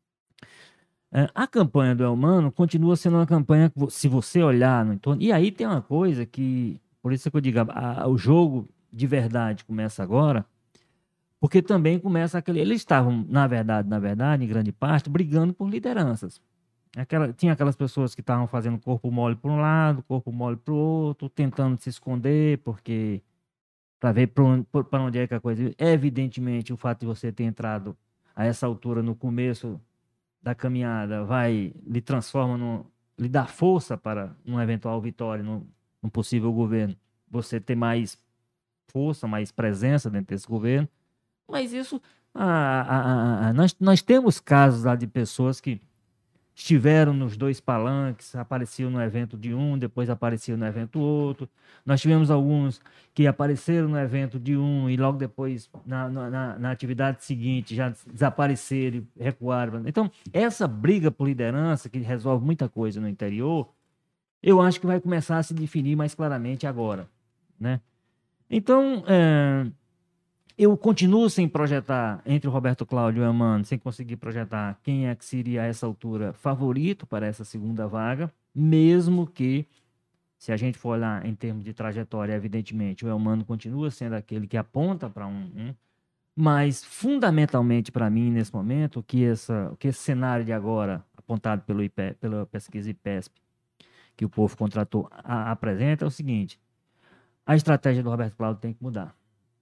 É, a campanha do Elmano continua sendo uma campanha que, se você olhar no entorno, e aí tem uma coisa que, por isso que eu digo, a, a, o jogo de verdade começa agora, porque também começa aquele, eles estavam, na verdade, na verdade, em grande parte, brigando por lideranças. Aquela, tinha aquelas pessoas que estavam fazendo corpo mole para um lado, corpo mole para o outro, tentando se esconder, porque para ver para onde, pra onde é que a coisa... Evidentemente, o fato de você ter entrado a essa altura no começo da caminhada vai lhe transforma, no, lhe dá força para uma eventual vitória, num, num possível governo. Você ter mais força, mais presença dentro desse governo. Mas isso... Ah, ah, ah, nós, nós temos casos lá de pessoas que estiveram nos dois palanques, apareciam no evento de um, depois apareciam no evento outro. Nós tivemos alguns que apareceram no evento de um e logo depois, na, na, na atividade seguinte, já desapareceram e recuaram. Então, essa briga por liderança, que resolve muita coisa no interior, eu acho que vai começar a se definir mais claramente agora, né? Então, é, eu continuo sem projetar, entre o Roberto Cláudio e o Eumano, sem conseguir projetar quem é que seria a essa altura favorito para essa segunda vaga, mesmo que, se a gente for olhar em termos de trajetória, evidentemente, o Eumano continua sendo aquele que aponta para um, um, mas fundamentalmente para mim, nesse momento, que, essa, que esse cenário de agora, apontado pelo I P E, pela pesquisa I P E S P, que o povo contratou, a, apresenta, é o seguinte: a estratégia do Roberto Cláudio tem que mudar.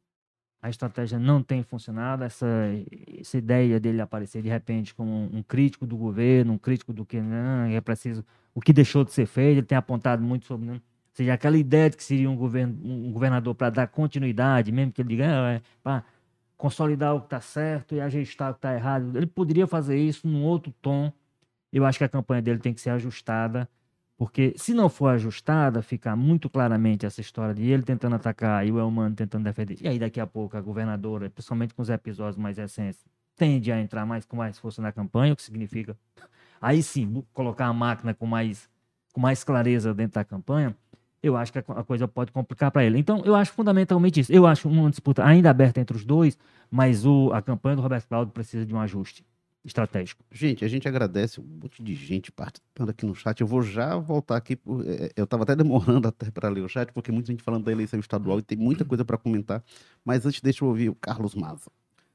A estratégia não tem funcionado, essa, essa ideia dele aparecer de repente como um, um crítico do governo, um crítico do que não, é preciso, o que deixou de ser feito, ele tem apontado muito sobre, não, ou seja, aquela ideia de que seria um, governo, um governador para dar continuidade, mesmo que ele diga, ah, é, para consolidar o que está certo e ajustar o que está errado, ele poderia fazer isso num outro tom. Eu acho que a campanha dele tem que ser ajustada, porque se não for ajustada, ficar muito claramente essa história de ele tentando atacar e o Eumano tentando defender. E aí daqui a pouco a governadora, principalmente com os episódios mais recentes, tende a entrar mais com mais força na campanha, o que significa aí sim colocar a máquina com mais, com mais clareza dentro da campanha. Eu acho que a coisa pode complicar para ele. Então, eu acho fundamentalmente isso. Eu acho uma disputa ainda aberta entre os dois, mas o, a campanha do Roberto Cláudio precisa de um ajuste estratégico. Gente, a gente agradece um monte de gente participando aqui no chat. Eu vou já voltar aqui. Por... Eu estava até demorando até para ler o chat, porque muita gente falando da eleição estadual e tem muita coisa para comentar. Mas antes, deixa eu ouvir o Carlos Maza.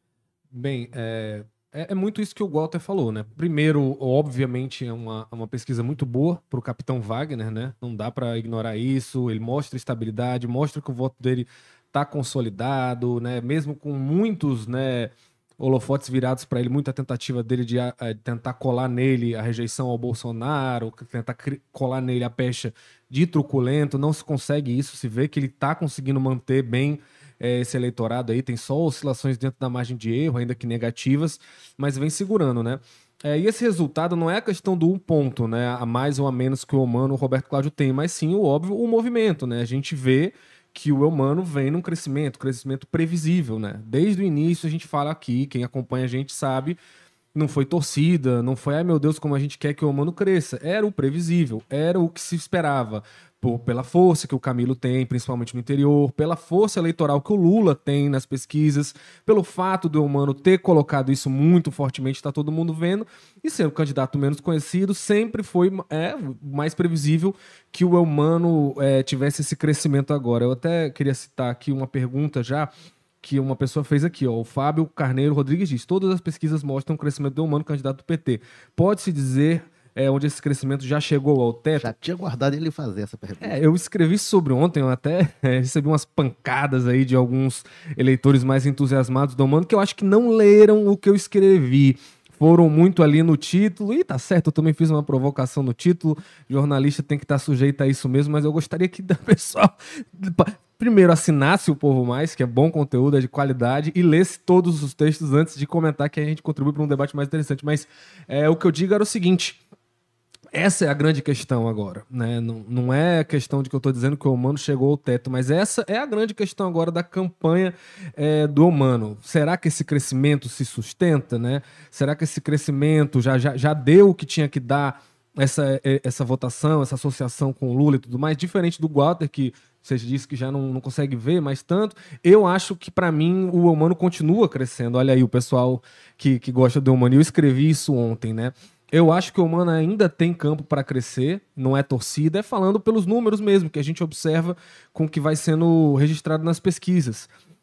Bem, é, é muito isso que o Walter falou, né? Primeiro, obviamente, é uma, uma pesquisa muito boa para o capitão Wagner, né? Não dá para ignorar isso. Ele mostra estabilidade, mostra que o voto dele está consolidado, né? Mesmo com muitos, né, holofotes virados para ele, muita tentativa dele de a, a, tentar colar nele a rejeição ao Bolsonaro, tentar colar nele a pecha de truculento, não se consegue isso, se vê que ele está conseguindo manter bem é, esse eleitorado aí, tem só oscilações dentro da margem de erro, ainda que negativas, mas vem segurando, né? É, e esse resultado não é a questão do um ponto, né, a mais ou a menos que o Eumano, o Roberto Cláudio tem, mas sim, o óbvio, o movimento, né? A gente vê que o Eumano vem num crescimento, crescimento previsível, né? Desde o início a gente fala aqui, quem acompanha a gente sabe, não foi torcida, não foi, ai meu Deus, como a gente quer que o Eumano cresça. Era o previsível, era o que se esperava. Por, pela força que o Camilo tem, principalmente no interior, pela força eleitoral que o Lula tem nas pesquisas, pelo fato do Eumano ter colocado isso muito fortemente, está todo mundo vendo, e ser o candidato menos conhecido, sempre foi é, mais previsível que o Eumano é, tivesse esse crescimento agora. Eu até queria citar aqui uma pergunta já, que uma pessoa fez aqui, ó, o Fábio Carneiro Rodrigues diz: todas as pesquisas mostram o crescimento do Eumano, candidato do P T. Pode-se dizer... É, onde esse crescimento já chegou ao teto? Já tinha guardado ele fazer essa pergunta. É, eu escrevi sobre ontem, eu até é, recebi umas pancadas aí de alguns eleitores mais entusiasmados do Eumano, que eu acho que não leram o que eu escrevi. Foram muito ali no título, e tá certo, eu também fiz uma provocação no título, jornalista tem que estar sujeito a isso mesmo, mas eu gostaria que o pessoal... primeiro, assinasse o Povo Mais, que é bom conteúdo, é de qualidade, e lesse todos os textos antes de comentar, que a gente contribui para um debate mais interessante. Mas é, o que eu digo era o seguinte... Essa é a grande questão agora, né? Não, não é a questão de que eu estou dizendo que o Eumano chegou ao teto, mas essa é a grande questão agora da campanha é, do Eumano. Será que esse crescimento se sustenta, né? Será que esse crescimento já, já, já deu o que tinha que dar essa, essa votação, essa associação com o Lula e tudo mais? Diferente do Walter, que você disse que já não, não consegue ver mais tanto. Eu acho que, para mim, o Eumano continua crescendo. Olha aí o pessoal que, que gosta do Eumano. Eu escrevi isso ontem, né? Eu acho que o Eumano ainda tem campo para crescer, não é torcida, é falando pelos números mesmo, que a gente observa com o que vai sendo registrado nas pesquisas.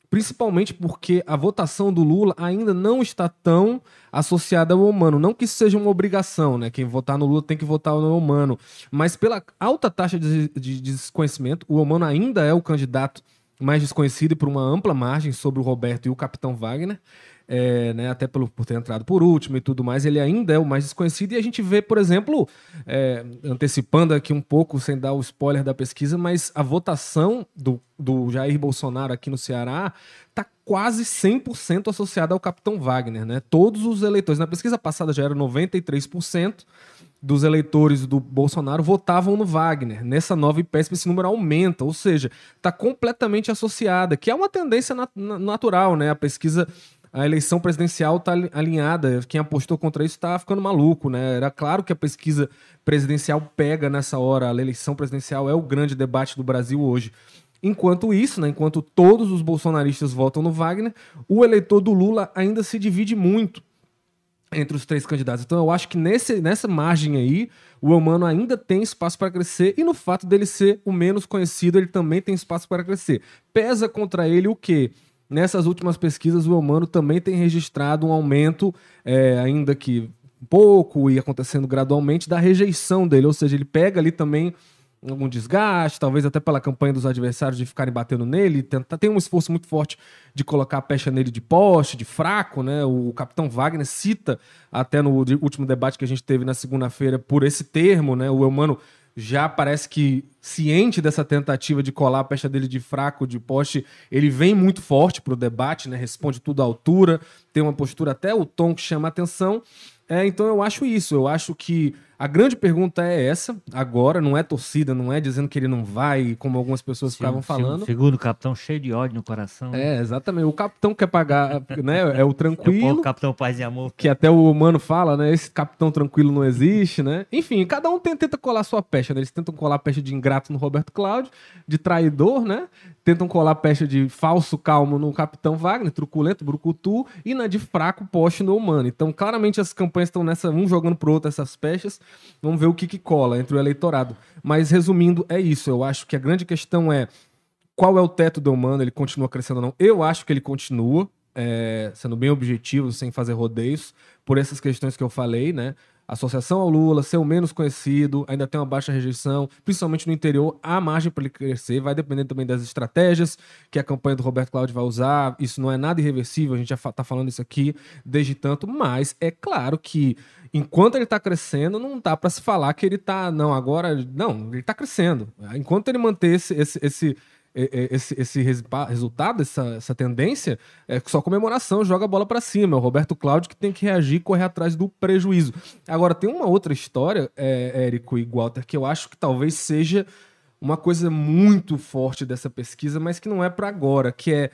principalmente porque a votação do Lula ainda não está tão associada ao humano. Não que isso seja uma obrigação, né? Quem votar no Lula tem que votar no humano. Mas pela alta taxa de, de desconhecimento, o humano ainda é o candidato mais desconhecido e por uma ampla margem sobre o Roberto e o Capitão Wagner. É, né, até pelo, por ter entrado por último e tudo mais, ele ainda é o mais desconhecido, e a gente vê, por exemplo, é, antecipando aqui um pouco, sem dar o spoiler da pesquisa, mas a votação do, do Jair Bolsonaro aqui no Ceará está quase cem por cento associada ao Capitão Wagner, né? Todos os eleitores, na pesquisa passada já era noventa e três por cento dos eleitores do Bolsonaro votavam no Wagner. Nessa nova I P E S P esse número aumenta, ou seja, está completamente associada, que é uma tendência nat natural, né? A pesquisa, a eleição presidencial está alinhada. Quem apostou contra isso está ficando maluco, né? Era claro que a pesquisa presidencial pega nessa hora. A eleição presidencial é o grande debate do Brasil hoje. Enquanto isso, né, enquanto todos os bolsonaristas votam no Wagner, o eleitor do Lula ainda se divide muito entre os três candidatos. Então eu acho que nesse, nessa margem aí, o Eumano ainda tem espaço para crescer, e no fato dele ser o menos conhecido, ele também tem espaço para crescer. Pesa contra ele o quê? Nessas últimas pesquisas, o Eumano também tem registrado um aumento, é, ainda que pouco e acontecendo gradualmente, da rejeição dele. Ou seja, ele pega ali também algum desgaste, talvez até pela campanha dos adversários de ficarem batendo nele, tenta, tem um esforço muito forte de colocar a pecha nele de poste, de fraco, né? O Capitão Wagner cita, até no último debate que a gente teve na segunda-feira, por esse termo, né? O Eumano já parece que ciente dessa tentativa de colar a pecha dele de fraco, de poste, ele vem muito forte pro debate, né? Responde tudo à altura, tem uma postura, até o tom que chama a atenção. É, então eu acho isso, eu acho que a grande pergunta é essa, agora, não é torcida, não é dizendo que ele não vai, como algumas pessoas Sim, ficavam falando. Segundo o capitão, cheio de ódio no coração. É, exatamente, o capitão quer pagar, né, é o É o tranquilo, capitão paz e amor. que até o humano fala, né, esse capitão tranquilo não existe, né, enfim, cada um tenta colar sua pecha, né, eles tentam colar a pecha de ingrato no Roberto Cláudio, de traidor, né, tentam colar a pecha de falso calmo no Capitão Wagner, truculento, brucutu, e na de fraco poste no humano. Então, claramente as campanhas estão nessa, um jogando pro outro essas pechas, vamos ver o que que cola entre o eleitorado. Mas, resumindo, é isso, eu acho que a grande questão é qual é o teto do humano, ele continua crescendo ou não? Eu acho que ele continua, é, sendo bem objetivo, sem fazer rodeios, por essas questões que eu falei, né? Associação ao Lula, ser o menos conhecido, ainda tem uma baixa rejeição, principalmente no interior, há margem para ele crescer, vai depender também das estratégias que a campanha do Roberto Cláudio vai usar, isso não é nada irreversível, a gente já está falando isso aqui desde tanto, mas é claro que enquanto ele está crescendo, não dá para se falar que ele está, não, agora, não, ele está crescendo. Enquanto ele manter esse, esse, esse Esse, esse resultado, essa, essa tendência, é só comemoração, joga a bola pra cima. É o Roberto Cláudio que tem que reagir e correr atrás do prejuízo. Agora, tem uma outra história, é, Érico e Walter, que eu acho que talvez seja uma coisa muito forte dessa pesquisa, mas que não é para agora, que é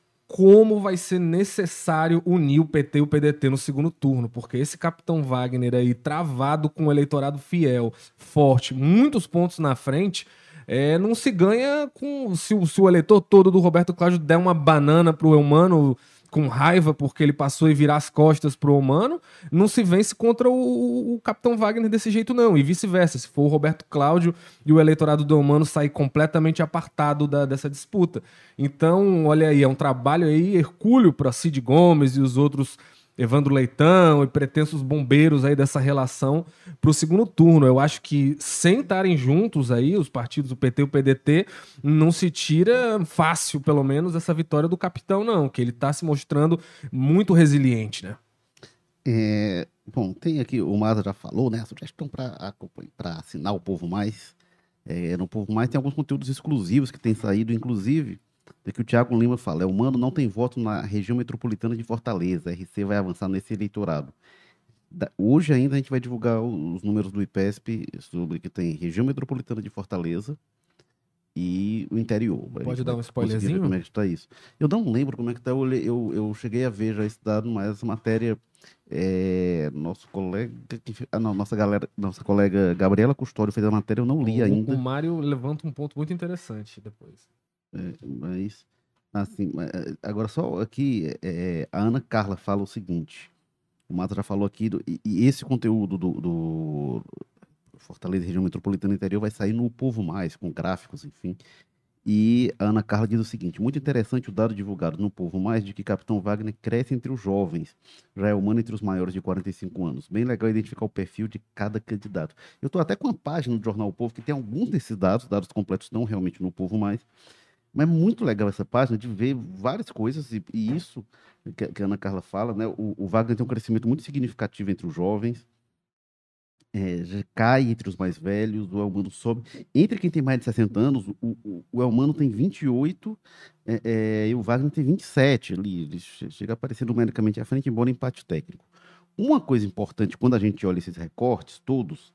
como vai ser necessário unir o P T e o P D T no segundo turno, porque esse Capitão Wagner aí, travado com o eleitorado fiel, forte, muitos pontos na frente... É, não se ganha com se o, se o eleitor todo do Roberto Cláudio der uma banana pro Eumano com raiva porque ele passou e virar as costas pro Eumano, não se vence contra o, o Capitão Wagner desse jeito não, e vice-versa, se for o Roberto Cláudio e o eleitorado do Eumano sair completamente apartado da, dessa disputa. Então, olha aí, é um trabalho aí hercúleo para Cid Gomes e os outros Evandro Leitão e pretensos bombeiros aí dessa relação para o segundo turno. Eu acho que sem estarem juntos aí, os partidos, o P T e o P D T, não se tira fácil, pelo menos, essa vitória do capitão, não, que ele está se mostrando muito resiliente, né? É, bom, tem aqui, o Maza já falou, né, a sugestão para assinar o Povo Mais. É, no Povo Mais tem alguns conteúdos exclusivos que têm saído, inclusive, é que o Thiago Lima fala, é humano, não tem voto na região metropolitana de Fortaleza, a R C vai avançar nesse eleitorado. Da, hoje ainda a gente vai divulgar os números do I P E S P sobre que tem região metropolitana de Fortaleza e o interior. Pode dar um spoilerzinho? Como é que está isso? Eu não lembro como é que está, eu, eu, eu cheguei a ver já esse dado, mas essa matéria, é, nosso colega, ah, não, nossa, galera, nossa colega Gabriela Custódio fez a matéria, eu não li o, ainda. O Mário levanta um ponto muito interessante depois. É, mas, assim, agora só aqui, é, a Ana Carla fala o seguinte, o Mato já falou aqui, do, e, e esse conteúdo do, do Fortaleza Região Metropolitana Interior vai sair no Povo Mais, com gráficos, enfim, E a Ana Carla diz o seguinte: muito interessante o dado divulgado no Povo Mais de que Capitão Wagner cresce entre os jovens, já é humano entre os maiores de quarenta e cinco anos. Bem legal identificar o perfil de cada candidato. Eu estou até com uma página do Jornal O Povo que tem alguns desses dados, dados completos não realmente no Povo Mais, mas é muito legal essa página de ver várias coisas, e, e isso que, que a Ana Carla fala, né? O, o Wagner tem um crescimento muito significativo entre os jovens. É, já cai entre os mais velhos, o Elmano sobe. Entre quem tem mais de sessenta anos, o, o, o Elmano tem vinte e oito é, é, e o Wagner tem vinte e sete ali. Ele che- chega a aparecer numericamente à frente, embora empate técnico. Uma coisa importante quando a gente olha esses recortes todos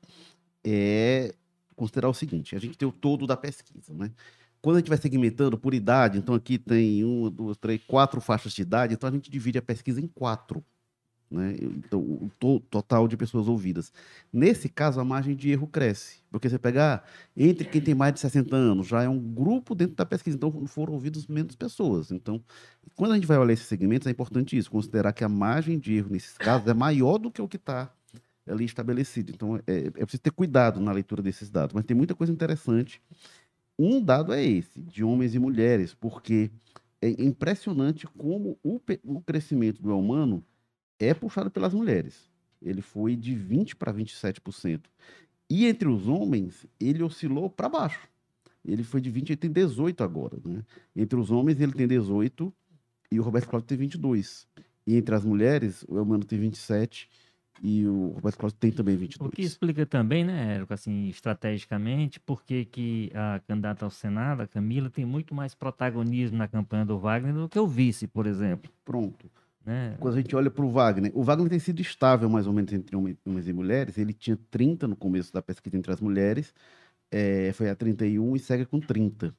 é considerar o seguinte: a gente tem o todo da pesquisa, né? Quando a gente vai segmentando por idade, então aqui tem uma, duas, três, quatro faixas de idade, então a gente divide a pesquisa em quatro, né? Então, o to- total de pessoas ouvidas. Nesse caso, a margem de erro cresce, porque você pegar entre quem tem mais de sessenta anos, já é um grupo dentro da pesquisa, então foram ouvidos menos pessoas. Então, quando a gente vai olhar esses segmentos, é importante isso, considerar que a margem de erro nesses casos é maior do que o que está ali estabelecido. Então, é, é preciso ter cuidado na leitura desses dados, mas tem muita coisa interessante. Um dado é esse, de homens e mulheres, porque é impressionante como o, pe- o crescimento do humano é puxado pelas mulheres. Ele foi de vinte para vinte e sete por cento. E entre os homens, ele oscilou para baixo. Ele foi de vinte, ele tem dezoito agora, né? Entre os homens, ele tem dezoito e o Roberto Cláudio tem vinte e dois. E entre as mulheres, o Elmano tem vinte e sete e o Roberto Cláudio tem também O que vinte e dois. explica também, né, Érico, assim, estrategicamente, por que que a candidata ao Senado, a Camila, tem muito mais protagonismo na campanha do Wagner do que o vice, por exemplo, Pronto. né? Quando a gente olha para o Wagner, o Wagner tem sido estável mais ou menos entre homens homens e mulheres. Ele tinha trinta no começo da pesquisa entre as mulheres, eh, foi a trinta e um e segue com trinta.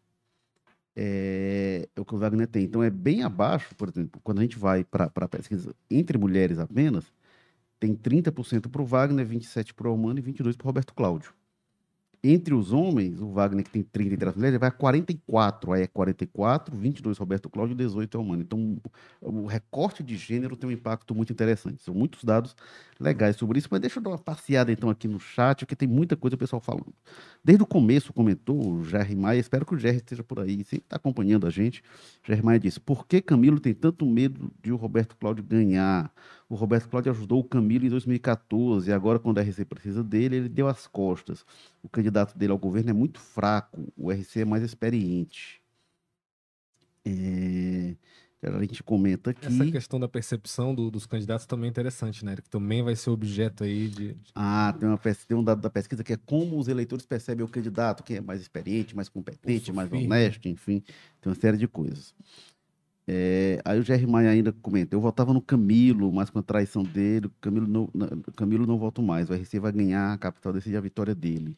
É, é o que o Wagner tem. Então é bem abaixo, por exemplo, quando a gente vai para a pesquisa entre mulheres apenas, tem trinta por cento para o Wagner, vinte e sete por cento para o Almano e vinte e dois por cento para o Roberto Cláudio. Entre os homens, o Wagner, que tem trinta entre as mulheres, ele vai a quarenta e quatro. Aí é quarenta e quatro, vinte e dois Roberto Cláudio e dezoito é o Mano. Então, o recorte de gênero tem um impacto muito interessante. São muitos dados legais sobre isso, mas deixa eu dar uma passeada então aqui no chat, porque tem muita coisa o pessoal falando. Desde o começo comentou o Jerry Maia, espero que o Jerry esteja por aí, sempre está acompanhando a gente. O Jerry Maia disse: por que Camilo tem tanto medo de o Roberto Cláudio ganhar? O Roberto Cláudio ajudou o Camilo em dois mil e quatorze, e agora, quando a R C precisa dele, ele deu as costas. O candidato dele ao governo é muito fraco, o R C é mais experiente. É, a gente comenta aqui. Essa questão da percepção do- dos candidatos também é interessante, né? Que também vai ser objeto aí de. de- Ah, tem, uma, pes- tem um dado da pesquisa que é como os eleitores percebem o candidato, quem é mais experiente, mais competente, Pulso mais firme. honesto, enfim, tem uma série de coisas. É, aí o Jerry Maia ainda comenta: eu votava no Camilo, mas com a traição dele, o Camilo não, não, Camilo não voto mais, o R C vai ganhar, a capital decide a vitória dele.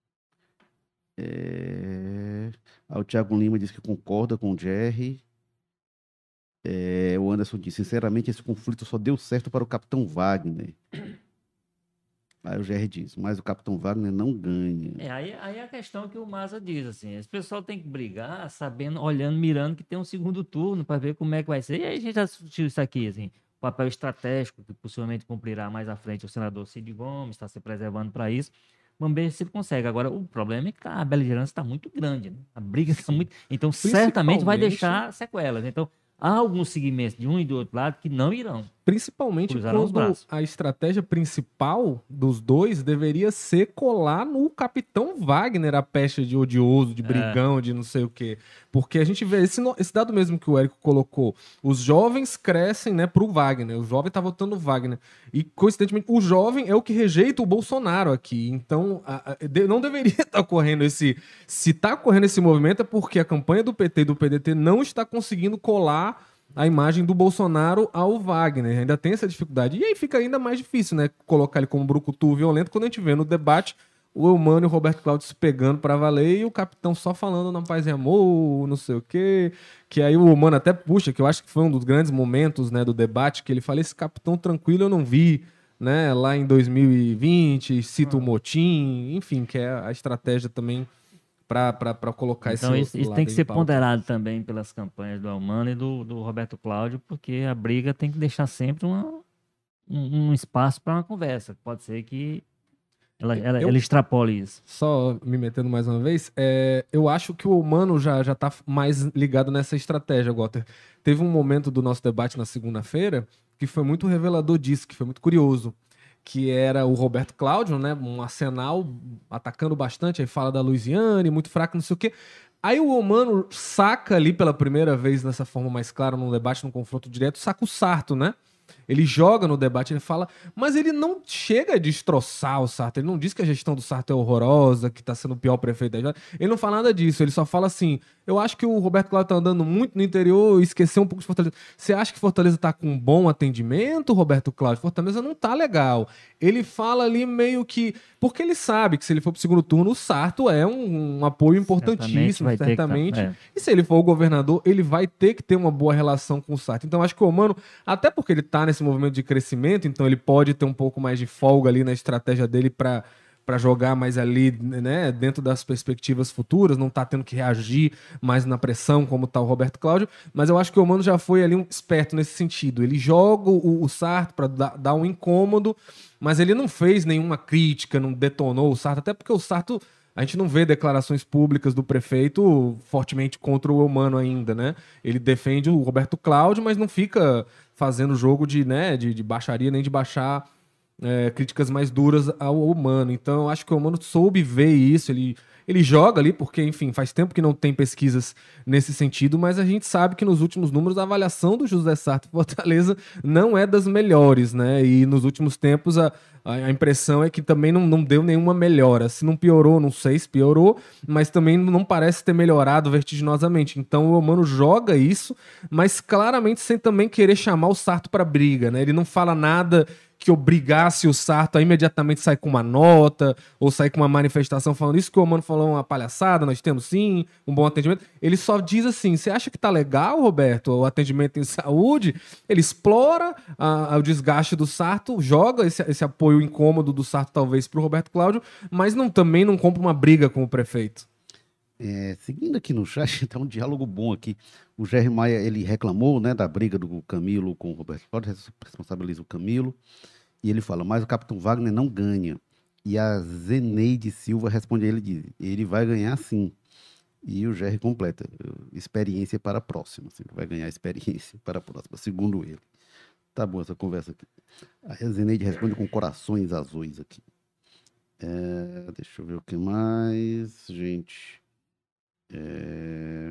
É, aí o Thiago Lima diz que concorda com o Jerry. É, o Anderson diz: sinceramente, esse conflito só deu certo para o Capitão Wagner. Aí o Jerry diz: mas o Capitão Wagner não ganha. É, aí, aí é a questão que o Maza diz, assim, esse pessoal tem que brigar sabendo, olhando, mirando que tem um segundo turno para ver como é que vai ser. E aí a gente já discutiu isso aqui, assim, o papel estratégico que possivelmente cumprirá mais à frente o senador Cid Gomes, está se preservando para isso. Vamos ver se ele consegue. Agora, o problema é que tá, a beligerância está muito grande, né? A briga está muito... Então, certamente vai Principalmente- deixar sequelas. Então, há alguns segmentos de um e do outro lado que não irão. Principalmente Cruzarão os quando braços. a estratégia principal dos dois deveria ser colar no Capitão Wagner a pecha de odioso, de brigão, de não sei o quê. Porque a gente vê esse, no- esse dado mesmo que o Érico colocou. Os jovens crescem, né, pro Wagner. O jovem tá votando no Wagner. E, coincidentemente, o jovem é o que rejeita o Bolsonaro aqui. Então, a- a- de- não deveria estar ocorrendo esse... Se tá ocorrendo esse movimento é porque a campanha do P T e do P D T não está conseguindo colar a imagem do Bolsonaro ao Wagner. Ainda tem essa dificuldade. E aí fica ainda mais difícil, né? Colocar ele como brucutu violento quando a gente vê no debate o Eumano e o Roberto Cláudio se pegando pra valer e o capitão só falando na paz e amor, não sei o quê. Que aí o Eumano até puxa, que eu acho que foi um dos grandes momentos, né, do debate, que ele fala: esse capitão tranquilo eu não vi, né? Lá em dois mil e vinte, cita o motim, enfim, que é a estratégia também pra, pra, pra colocar Então, esse isso, outro isso lado tem que em ser pauta. ponderado também pelas campanhas do Almano e do, do Roberto Cláudio, porque a briga tem que deixar sempre uma, um, um espaço para uma conversa. Pode ser que Ela, ela, Eu- ela extrapola isso. Só me metendo mais uma vez, é, eu acho que o Mano já, já tá mais ligado nessa estratégia, Walter. Teve um momento do nosso debate na segunda-feira que foi muito revelador disso, que foi muito curioso, que era o Roberto Cláudio, né, um Arsenal atacando bastante, aí fala da Luiziane, muito fraco, não sei o quê. Aí o Mano saca ali pela primeira vez dessa forma mais clara, num debate, num confronto direto, saca o Sarto, né? Ele joga no debate, ele fala, mas ele não chega a destroçar o Sarto. Ele não diz que a gestão do Sarto é horrorosa, que tá sendo o pior prefeito da história. Ele não fala nada disso. Ele só fala assim: eu acho que o Roberto Cláudio tá andando muito no interior e esqueceu um pouco de Fortaleza. Você acha que Fortaleza tá com um bom atendimento, Roberto Cláudio? Fortaleza não tá legal. Ele fala ali meio que. Porque ele sabe que se ele for pro segundo turno, o Sarto é um, um apoio importantíssimo, vai ter que tá- certamente. é. E se ele for o governador, ele vai ter que ter uma boa relação com o Sarto. Então, acho que o Mano, até porque ele tá nesse movimento de crescimento, então ele pode ter um pouco mais de folga ali na estratégia dele para para jogar mais ali, né, dentro das perspectivas futuras, não tá tendo que reagir mais na pressão como tá o Roberto Cláudio, mas eu acho que o Mano já foi ali um esperto nesse sentido. Ele joga o, o Sarto para dar, dar um incômodo, mas ele não fez nenhuma crítica, não detonou o Sarto, até porque o Sarto, a gente não vê declarações públicas do prefeito fortemente contra o Eumano ainda, né? Ele defende o Roberto Cláudio, mas não fica fazendo jogo de, né, de, de baixaria nem de baixar é, críticas mais duras ao Eumano. Então eu acho que o Eumano soube ver isso, ele, ele joga ali, porque, enfim, faz tempo que não tem pesquisas nesse sentido, mas a gente sabe que nos últimos números a avaliação do José Sarto Fortaleza não é das melhores, né? E nos últimos tempos a, a impressão é que também não, não deu nenhuma melhora. Se não piorou, não sei se piorou, mas também não parece ter melhorado vertiginosamente. Então o Eumano joga isso, mas claramente sem também querer chamar o Sarto para briga, né? Ele não fala nada que obrigasse o Sarto a imediatamente sair com uma nota ou sair com uma manifestação falando isso que o Eumano falou uma palhaçada, nós temos sim um bom atendimento. Ele só diz assim, você acha que tá legal, Roberto, o atendimento em saúde? Ele explora a, a, o desgaste do Sarto, joga esse, esse apoio incômodo do Sarto talvez pro Roberto Cláudio, mas não, também não compra uma briga com o prefeito. É, seguindo aqui no chat, tem um diálogo bom aqui. O Jerry Maia, ele reclamou, né, da briga do Camilo com o Roberto Cláudio, responsabiliza o Camilo, e ele fala, mas o Capitão Wagner não ganha. E a Zeneide Silva responde a ele e diz, ele vai ganhar sim. E o Jerry completa, experiência para a próxima, assim, vai ganhar experiência para a próxima, segundo ele. Tá bom essa conversa aqui. A Zeneide responde com corações azuis aqui. É, deixa eu ver o que mais, gente... É...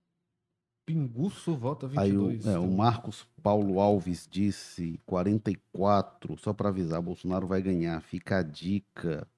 Pinguço vota Aí vinte e o, dois. é, o Marcos Paulo Alves disse quarenta e quatro, só para avisar, Bolsonaro vai ganhar, fica a dica.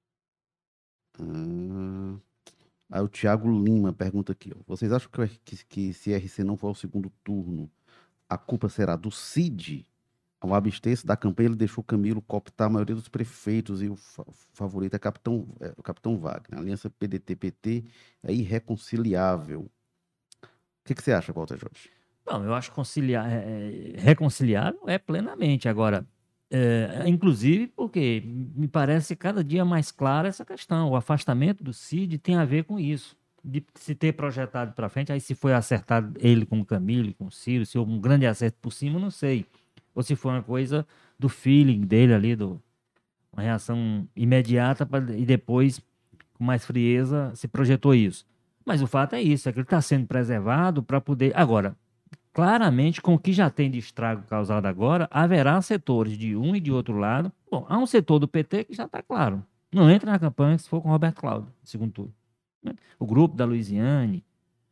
Ah, aí o Thiago Lima pergunta aqui, ó, vocês acham que, que, que se R C não for ao segundo turno, a culpa será do Cid? Ao abster-se da campanha, ele deixou Camilo cooptar a maioria dos prefeitos e o fa favorito é, Capitão, é o Capitão Wagner. A aliança P D T P T é irreconciliável. O que, que você acha, Walter Jorge? Não, eu acho conciliar, é, reconciliável é plenamente. Agora, é, inclusive porque me parece cada dia mais clara essa questão. O afastamento do Cid tem a ver com isso. De se ter projetado para frente, aí se foi acertado ele com o Camilo, com o Ciro, se houve um grande acerto por cima, não sei. Ou se foi uma coisa do feeling dele ali, do, uma reação imediata pra, e depois, com mais frieza, se projetou isso. Mas o fato é isso, é que ele está sendo preservado para poder... Agora, claramente, com o que já tem de estrago causado agora, haverá setores de um e de outro lado. Bom, há um setor do P T que já está claro. Não entra na campanha se for com o Roberto Cláudio, segundo turno. O grupo da Luiziane,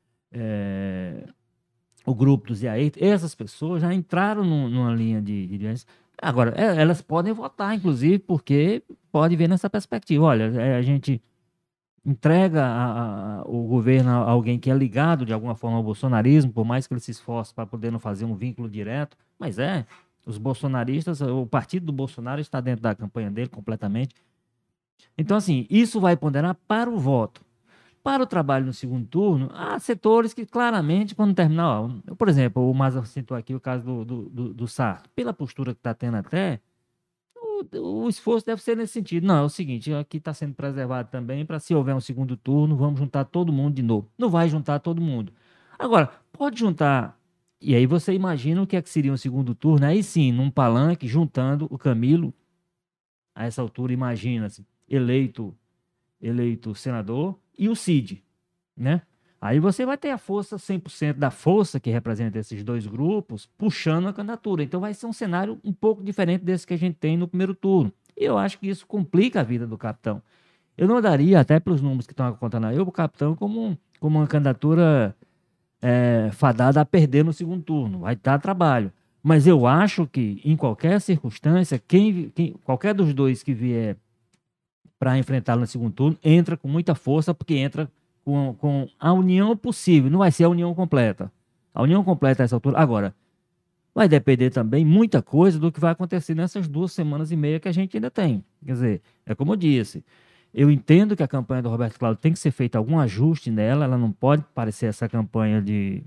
é, o grupo do Zé Ayrton, essas pessoas já entraram num, numa linha de, de... Agora, elas podem votar, inclusive, porque pode ver nessa perspectiva. Olha, a gente entrega a, a, o governo a alguém que é ligado, de alguma forma, ao bolsonarismo, por mais que ele se esforce para poder não fazer um vínculo direto. Mas é, os bolsonaristas, o partido do Bolsonaro está dentro da campanha dele completamente. Então, assim, isso vai ponderar para o voto. Para o trabalho no segundo turno, há setores que claramente, quando terminar, ó, por exemplo, o Maza citou aqui o caso do, do, do, do Sarto. Pela postura que está tendo até, o, o esforço deve ser nesse sentido. Não, é o seguinte, aqui está sendo preservado também para se houver um segundo turno, vamos juntar todo mundo de novo. Não vai juntar todo mundo. Agora, pode juntar, e aí você imagina o que é que seria um segundo turno, aí sim, num palanque, juntando o Camilo, a essa altura, imagina-se. eleito, eleito senador, e o Cid, né? Aí você vai ter a força, cem por cento da força que representa esses dois grupos, puxando a candidatura. Então vai ser um cenário um pouco diferente desse que a gente tem no primeiro turno. E eu acho que isso complica a vida do capitão. Eu não daria, até pelos números que estão contando aí, o capitão como, como uma candidatura é, fadada a perder no segundo turno. Vai dar trabalho. Mas eu acho que, em qualquer circunstância, quem, quem, qualquer dos dois que vier para enfrentá-lo no segundo turno, entra com muita força, porque entra com, com a união possível. Não vai ser a união completa. A união completa a essa altura. Agora, vai depender também muita coisa do que vai acontecer nessas duas semanas e meia que a gente ainda tem. Quer dizer, é como eu disse, eu entendo que a campanha do Roberto Cláudio tem que ser feito algum ajuste nela, ela não pode parecer essa campanha de,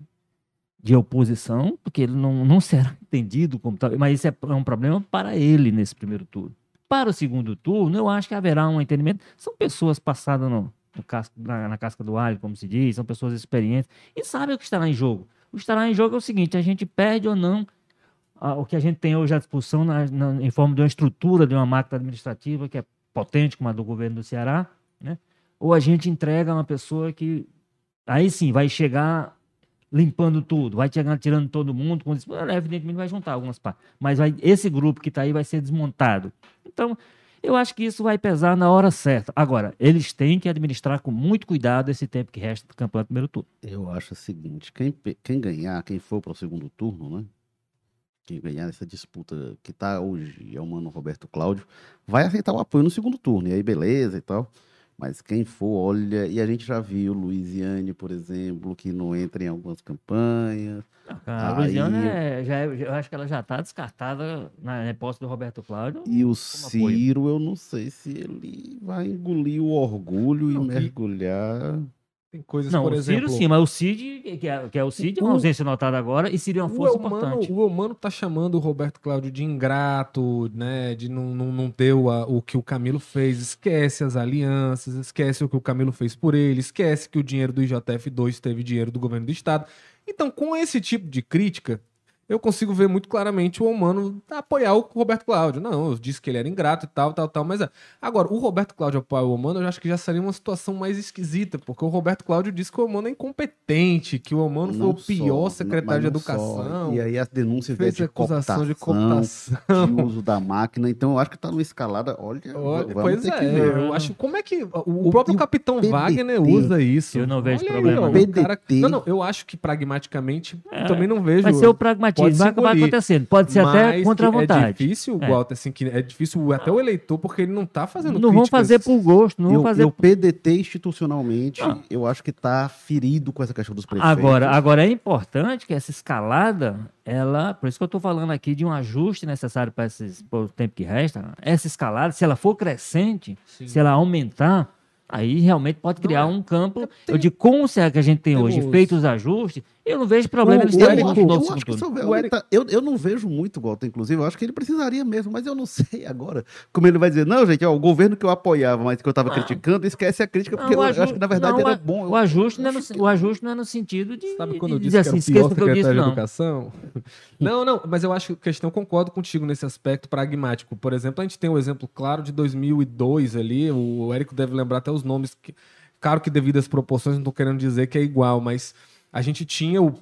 de oposição, porque ele não, não será entendido como tal, mas isso é, é um problema para ele nesse primeiro turno. Para o segundo turno, eu acho que haverá um entendimento. São pessoas passadas no, no casco, na, na casca do alho, como se diz, são pessoas experientes e sabem o que estará em jogo. O que estará em jogo é o seguinte: a gente perde ou não a, o que a gente tem hoje à disposição na, na, em forma de uma estrutura, de uma máquina administrativa que é potente, como a do governo do Ceará, né? Ou a gente entrega uma pessoa que aí sim vai chegar limpando tudo, vai chegar tirando todo mundo, com, evidentemente vai juntar algumas partes, mas vai, esse grupo que está aí vai ser desmontado. Então, eu acho que isso vai pesar na hora certa. Agora, eles têm que administrar com muito cuidado esse tempo que resta do campeonato primeiro turno. Eu acho o seguinte, quem, quem ganhar, quem for para o segundo turno, né? Quem ganhar essa disputa que está hoje é o mano Roberto Cláudio, vai aceitar o apoio no segundo turno, e aí beleza e tal. Mas quem for, olha, e a gente já viu Luiziane, por exemplo, que não entra em algumas campanhas. A Aí- Luiziana, é, já, é- eu acho que ela já está descartada na reposta do Roberto Cláudio. E o apoio. Ciro, eu não sei se ele vai engolir o orgulho Não, e e- mergulhar. Tem coisas, Não, por o exemplo... Ciro sim, mas o Cid, que é, que é o Cid, é uma O- ausência notada agora, e Ciro é uma O força Eumano, importante. o Eumano tá chamando o Roberto Cláudio de ingrato, né? De não, não, não ter o, a- o que o Camilo fez. Esquece as alianças, esquece o que o Camilo fez por ele, esquece que o dinheiro do I J F dois teve dinheiro do governo do estado. Então, com esse tipo de crítica, eu consigo ver muito claramente o Eumano apoiar o Roberto Cláudio. Não, eu disse que ele era ingrato e tal, tal, tal, mas é. Agora, o Roberto Cláudio apoiar o Eumano, eu acho que já seria uma situação mais esquisita, porque o Roberto Cláudio disse que o Eumano é incompetente, que o Eumano foi Não o pior só, secretário de mas não só. educação. E aí as denúncias Fez de acusação de cooptação, cooptação. de uso da máquina. Então, eu acho que tá numa escalada. Olha, Olha, vamos pois ter é, que ver. eu acho como é que o, O- próprio e o Capitão P D T? Wagner usa isso. Eu não vejo Olha problema, ó, não. o cara- P D T. Não, não, eu acho que pragmaticamente É, também não vejo. Vai ser o Pode pragmatismo, se vai acabar engolir. acontecendo. Pode ser até Mas contra a que vontade. É difícil, É. Walter, assim, que é difícil até o eleitor, porque ele não tá fazendo Não vão críticas- fazer por gosto, não E vão o- fazer e o P D T institucionalmente, Não. eu acho que tá ferido com essa questão dos prefeitos. Agora, agora é importante que essa escalada, ela, por isso que eu estou falando aqui de um ajuste necessário para esses para o tempo que resta. Essa escalada, se ela for crescente, Sim. se ela aumentar, aí realmente pode criar Não é. um campo. Tem- Eu digo, como será que a gente tem hoje, Temos- feitos os ajustes, eu não vejo problema O- eles o terem Érico- um eu, novo eu segundo acho que turno. só vai O Érico- aumentar. eu, eu não vejo muito, Walter, inclusive. Eu acho que ele precisaria mesmo, mas eu não sei agora como ele vai dizer. Não, gente, ó, o governo que eu apoiava, mas que eu estava Não. criticando, esquece a crítica, porque Não, o eu, aju- acho que na verdade não, ele é o- bom. O ajuste, não é no, acho que- o ajuste não é no sentido de, Sabe de quando eu dizer disse assim, que era o esqueça pior o que eu disse, secretário de não. educação? Não, não, mas eu acho que a questão, concordo contigo nesse aspecto pragmático. Por exemplo, a gente tem o exemplo claro de dois mil e dois ali, o Érico deve lembrar até os nomes, que, claro que devido às proporções, não estou querendo dizer que é igual, mas a gente tinha o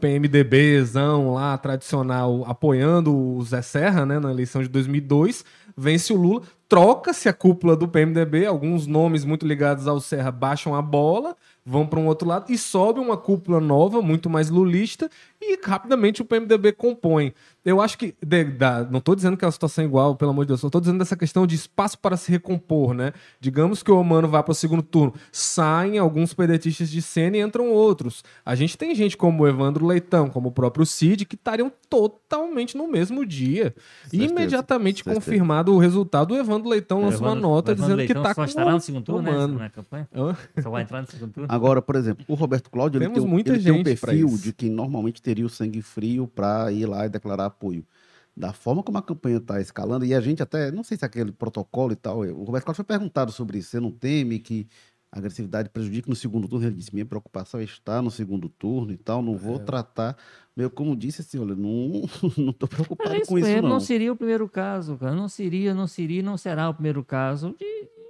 PMDBzão lá, tradicional, apoiando o Zé Serra, né, na eleição de dois mil e dois, vence o Lula, troca-se a cúpula do P M D B, alguns nomes muito ligados ao Serra baixam a bola, vão para um outro lado e sobe uma cúpula nova, muito mais lulista, e rapidamente o P M D B compõe. Eu acho que, de- da- não estou dizendo que é uma situação igual, pelo amor de Deus, só estou dizendo dessa questão de espaço para se recompor, né? Digamos que o Eumano vá para o segundo turno, saem alguns pedetistas de cena e entram outros. A gente tem gente como o Evandro Leitão, como o próprio Cid, que estariam totalmente no mesmo dia. E Certeza, imediatamente certeza. confirmado o resultado, o Evandro Leitão lança uma Evandro- nota Evandro dizendo Leitão que está só com estará o no segundo turno, né, Eumano. na campanha? Hã? Só vai entrar no segundo turno? Agora, por exemplo, o Roberto Cláudio ele Temos tem, um- muita ele tem um gente pra perfil isso. de quem normalmente teria o sangue frio para ir lá e declarar apoio. Da forma como a campanha está escalando, e a gente até, não sei se é aquele protocolo e tal, o Roberto Cláudio foi perguntado sobre isso. Você não teme que a agressividade prejudique no segundo turno? Ele disse: minha preocupação é estar no segundo turno e tal, não vou É. tratar. Meu, como disse assim, olha, não não estou preocupado É isso com isso, mesmo, não. não seria o primeiro caso, cara. Não seria, não seria, não será o primeiro caso de,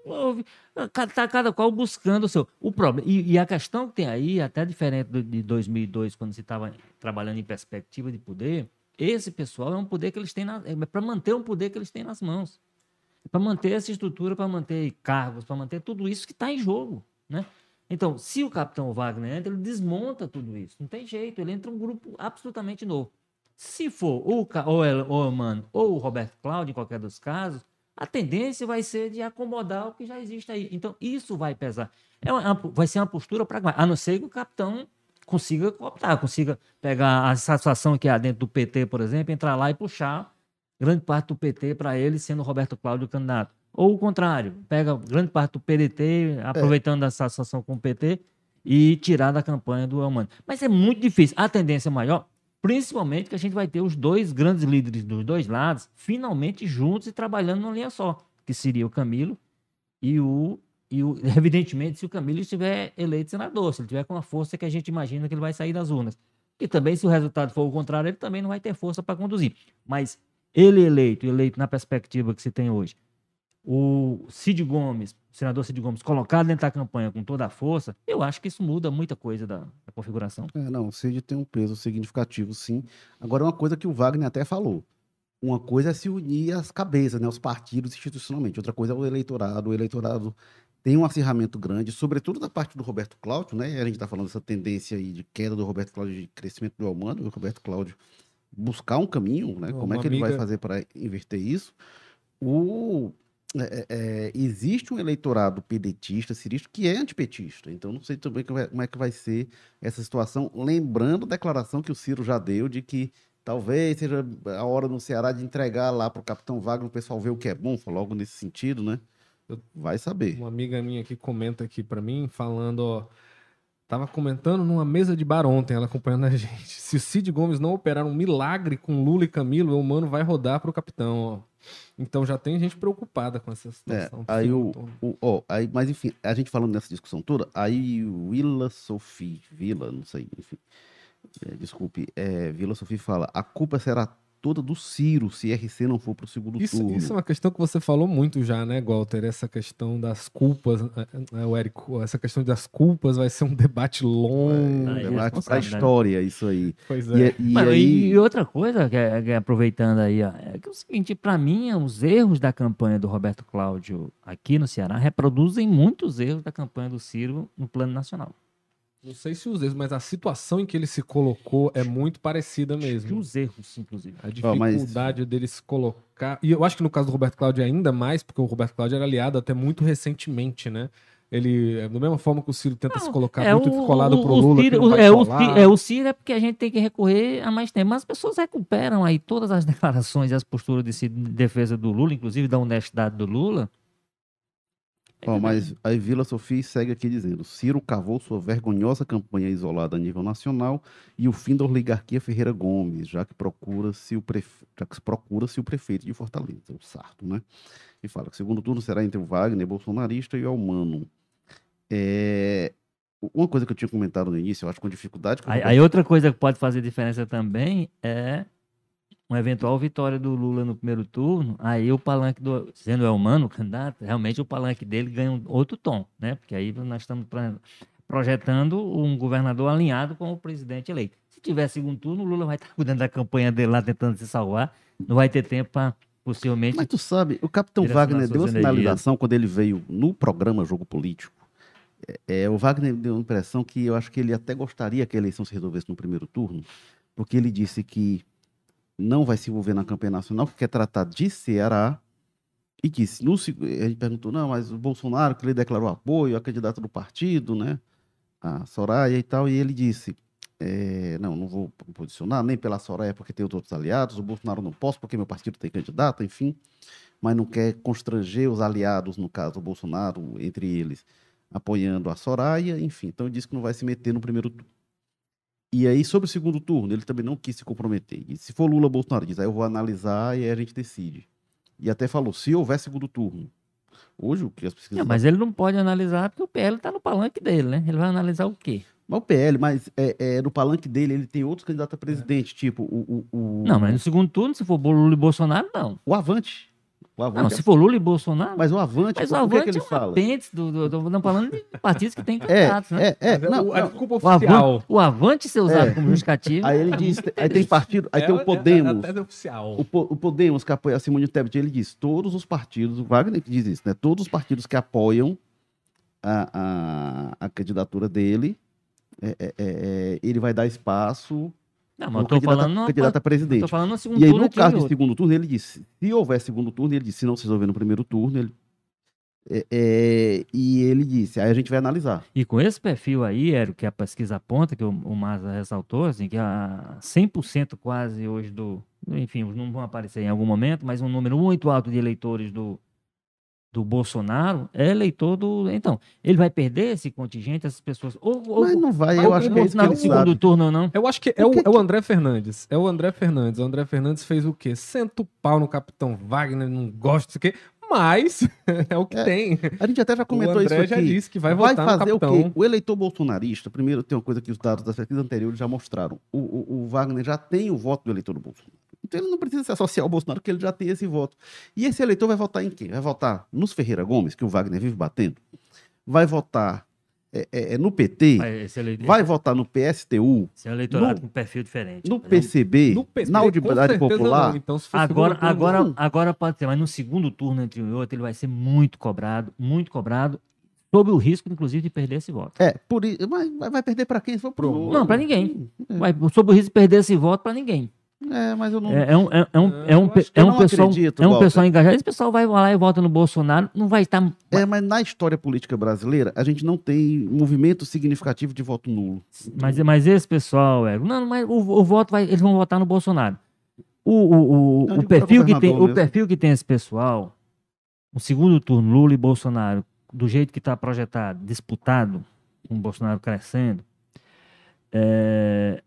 houve. Está cada qual buscando o seu. O problema, e, e a questão que tem aí, até diferente do, de dois mil e dois, quando se estava trabalhando em perspectiva de poder, esse pessoal é um poder que eles têm, na, é para manter um poder que eles têm nas mãos. Para manter essa estrutura, para manter cargos, para manter tudo isso que está em jogo, né? Então, se o capitão Wagner entra, ele desmonta tudo isso. Não tem jeito, ele entra um grupo absolutamente novo. Se for o, ou, ela, ou, mano, ou o Roberto Cláudio, em qualquer dos casos, a tendência vai ser de acomodar o que já existe aí. Então, isso vai pesar. É uma, vai ser uma postura pragmática, a não ser que o capitão consiga cooptar, consiga pegar a satisfação que há dentro do P T, por exemplo, entrar lá e puxar grande parte do P T para ele, sendo o Roberto Cláudio o candidato. Ou o contrário, pega grande parte do P D T, aproveitando é. essa associação com o P T, e tirar da campanha do Elmano. Mas é muito difícil. A tendência maior, principalmente que a gente vai ter os dois grandes líderes dos dois lados, finalmente juntos e trabalhando numa linha só, que seria o Camilo e o... E, o, evidentemente, se o Camilo estiver eleito senador, se ele tiver com a força que a gente imagina que ele vai sair das urnas. E também, se o resultado for o contrário, ele também não vai ter força para conduzir. Mas ele eleito, eleito na perspectiva que se tem hoje, o Cid Gomes, o senador Cid Gomes, colocado dentro da campanha com toda a força, eu acho que isso muda muita coisa da, da configuração. É, não, o Cid tem um peso significativo, sim. Agora, uma coisa que o Wagner até falou. Uma coisa é se unir as cabeças, né, os partidos institucionalmente. Outra coisa é o eleitorado. O eleitorado tem um acirramento grande, sobretudo da parte do Roberto Cláudio, né? A gente está falando dessa tendência aí de queda do Roberto Cláudio, de crescimento do Elmano, o Roberto Cláudio buscar um caminho, né? Uma Como é que amiga... ele vai fazer para inverter isso? O... É, é, existe um eleitorado pedetista, cirista, que é antipetista. Então, não sei também como é que vai ser essa situação. Lembrando a declaração que o Ciro já deu de que talvez seja a hora no Ceará de entregar lá para o capitão Wagner, o pessoal ver o que é bom, logo nesse sentido, né? Vai saber. Uma amiga minha aqui comenta aqui para mim, falando, ó, tava comentando numa mesa de bar ontem, ela acompanhando a gente. Se o Cid Gomes não operar um milagre com Lula e Camilo, o mano vai rodar pro capitão, ó. Então já tem gente preocupada com essa situação. É, aí o, o, ó, aí, mas enfim, a gente falando nessa discussão toda, aí o Willa Sophie, Vila, não sei, enfim, é, desculpe, é, Vila Sophie fala, a culpa será toda do Ciro, se R C não for pro segundo isso, turno. Isso é uma questão que você falou muito já, né, Walter? Essa questão das culpas, né, o Érico, essa questão das culpas vai ser um debate longo. É, um debate pra história, isso aí. Pois é. E, e, Mas, aí... e outra coisa, que é, que é aproveitando aí, ó, é que é o seguinte, para mim, os erros da campanha do Roberto Cláudio aqui no Ceará reproduzem muitos erros da campanha do Ciro no plano nacional. Não sei se os erros, mas a situação em que ele se colocou é muito parecida mesmo. Os erros, inclusive. A dificuldade oh, mas... dele se colocar... E eu acho que no caso do Roberto Cláudio é ainda mais, porque o Roberto Cláudio era aliado até muito recentemente, né? Ele, da mesma forma que o Ciro tenta não, se colocar é muito o, descolado o, pro Lula, Ciro, que não é, o, é, o Ciro é porque a gente tem que recorrer a mais tempo. Mas as pessoas recuperam aí todas as declarações e as posturas de, de defesa do Lula, inclusive da honestidade do Lula. Oh, mas a Vila Sophie segue aqui dizendo: Ciro cavou sua vergonhosa campanha isolada a nível nacional e o fim da oligarquia Ferreira Gomes, já que procura-se o, prefe... procura o prefeito de Fortaleza, o Sarto, né? E fala que o segundo turno será entre o Wagner, bolsonarista, e o Elmano. É... Uma coisa que eu tinha comentado no início, eu acho com dificuldade... Aí, Roberto... aí outra coisa que pode fazer diferença também é uma eventual vitória do Lula no primeiro turno, aí o palanque, do, sendo Elmano o candidato, realmente o palanque dele ganha um outro tom, né? Porque aí nós estamos projetando um governador alinhado com o presidente eleito. Se tiver segundo turno, o Lula vai estar cuidando da campanha dele lá, tentando se salvar, não vai ter tempo para, possivelmente... Mas tu sabe, o capitão Wagner deu a sinalização quando ele veio no programa Jogo Político. É, é, o Wagner deu a impressão que eu acho que ele até gostaria que a eleição se resolvesse no primeiro turno, porque ele disse que não vai se envolver na campanha nacional, que quer tratar de Ceará, e que no, a gente perguntou, não, mas o Bolsonaro, que ele declarou apoio à candidata do partido, né, a Soraya e tal, e ele disse, é, não, não vou me posicionar nem pela Soraya, porque tem outros aliados, o Bolsonaro não posso, porque meu partido tem candidato, enfim, mas não quer constranger os aliados, no caso, o Bolsonaro, entre eles, apoiando a Soraya, enfim, então ele disse que não vai se meter no primeiro turno. E aí, sobre o segundo turno, ele também não quis se comprometer. E se for Lula, Bolsonaro, diz, aí eu vou analisar e aí a gente decide. E até falou, se houver segundo turno. Hoje, o que as pesquisas... É, mas ele não pode analisar porque o P L está no palanque dele, né? Ele vai analisar o quê? Mas o P L, mas é, é, no palanque dele, ele tem outros candidatos a presidente, é. tipo o, o, o... Não, mas no segundo turno, se for Lula e Bolsonaro, não. O Avante. O O Avante Não, é- se for Lula e Bolsonaro. Mas o Avante, Mas o o que, Avante que ele é um fala? apêndice do. do, do, não falando de partidos que têm É, candidatos, né? é, é. Mas é Não, o- a não. desculpa O oficial. Avante, o Avante ser usado É. como justificativo. Aí ele diz, aí tem partido, aí tem É- o é- Podemos. É a tese oficial. O, Po- o Podemos, que apoia a Simone Tebet, ele diz, todos os partidos, o Wagner que diz isso, né? Todos os partidos que apoiam a, a, a candidatura dele, é, é, é, ele vai dar espaço Não, mas no eu tô candidato, falando. numa- candidato a eu presidente. tô falando no segundo E aí, turno no entre caso um e de outro. segundo turno, ele disse, se houver segundo turno, ele disse, se não se resolver no primeiro turno, ele... é, é, e ele disse, aí a gente vai analisar. E com esse perfil aí, Érico, que a pesquisa aponta, que o, o Maza ressaltou, assim, que a cem por cento quase hoje do... Enfim, os números vão aparecer em algum momento, mas um número muito alto de eleitores do, do Bolsonaro é eleitor do... Então, ele vai perder esse contingente, essas pessoas... Ou, ou, Mas não vai, ou eu o acho que é isso que Bolsonaro ele no segundo sabe. turno ou não. Eu acho que é o, Por que é o André Fernandes. É o André Fernandes. O André Fernandes fez o quê? Senta o pau no Capitão Wagner, não gosta disso aqui. Mas é o que É, tem. A gente até já O comentou André isso já aqui. disse que vai Vai votar no fazer o Capitão. quê? O eleitor bolsonarista, primeiro tem uma coisa que os dados das pesquisas anteriores já mostraram. O, o, o Wagner já tem o voto do eleitor do Bolsonaro. Então ele não precisa se associar ao Bolsonaro, porque ele já tem esse voto. E esse eleitor vai votar em quem? Vai votar nos Ferreira Gomes, que o Wagner vive batendo? Vai votar é, é, no P T? Vai, Vai, esse eleitor, votar no P S T U? esse é um eleitorado no- com perfil diferente. No Mas P C B? No P C B, na com Audibilidade certeza Popular? não. Então, se for Agora, segundo turno, agora, não. agora pode ser, mas no segundo turno entre um e outro, ele vai ser muito cobrado, muito cobrado, sob o risco, inclusive, de perder esse voto. É, por isso. Mas vai vai perder para quem? Se for pro Lula. Não, para ninguém. Vai, sob o risco de perder esse voto para ninguém. É, mas eu não. É, é um, é, é um, é um, Eu acho que é eu um não pessoal, acredito, é um Walter. pessoal engajado. Esse pessoal vai lá e vota no Bolsonaro, não vai estar. É, mas na história política brasileira, a gente não tem movimento significativo de voto nulo. Mas, mas esse pessoal, é, não, mas o, o voto vai, eles vão votar no Bolsonaro. O, o, o, Eu o digo perfil para que tem, governador o mesmo. perfil que tem esse pessoal, o segundo turno, Lula e Bolsonaro, do jeito que está projetado, disputado, com o Bolsonaro crescendo, é,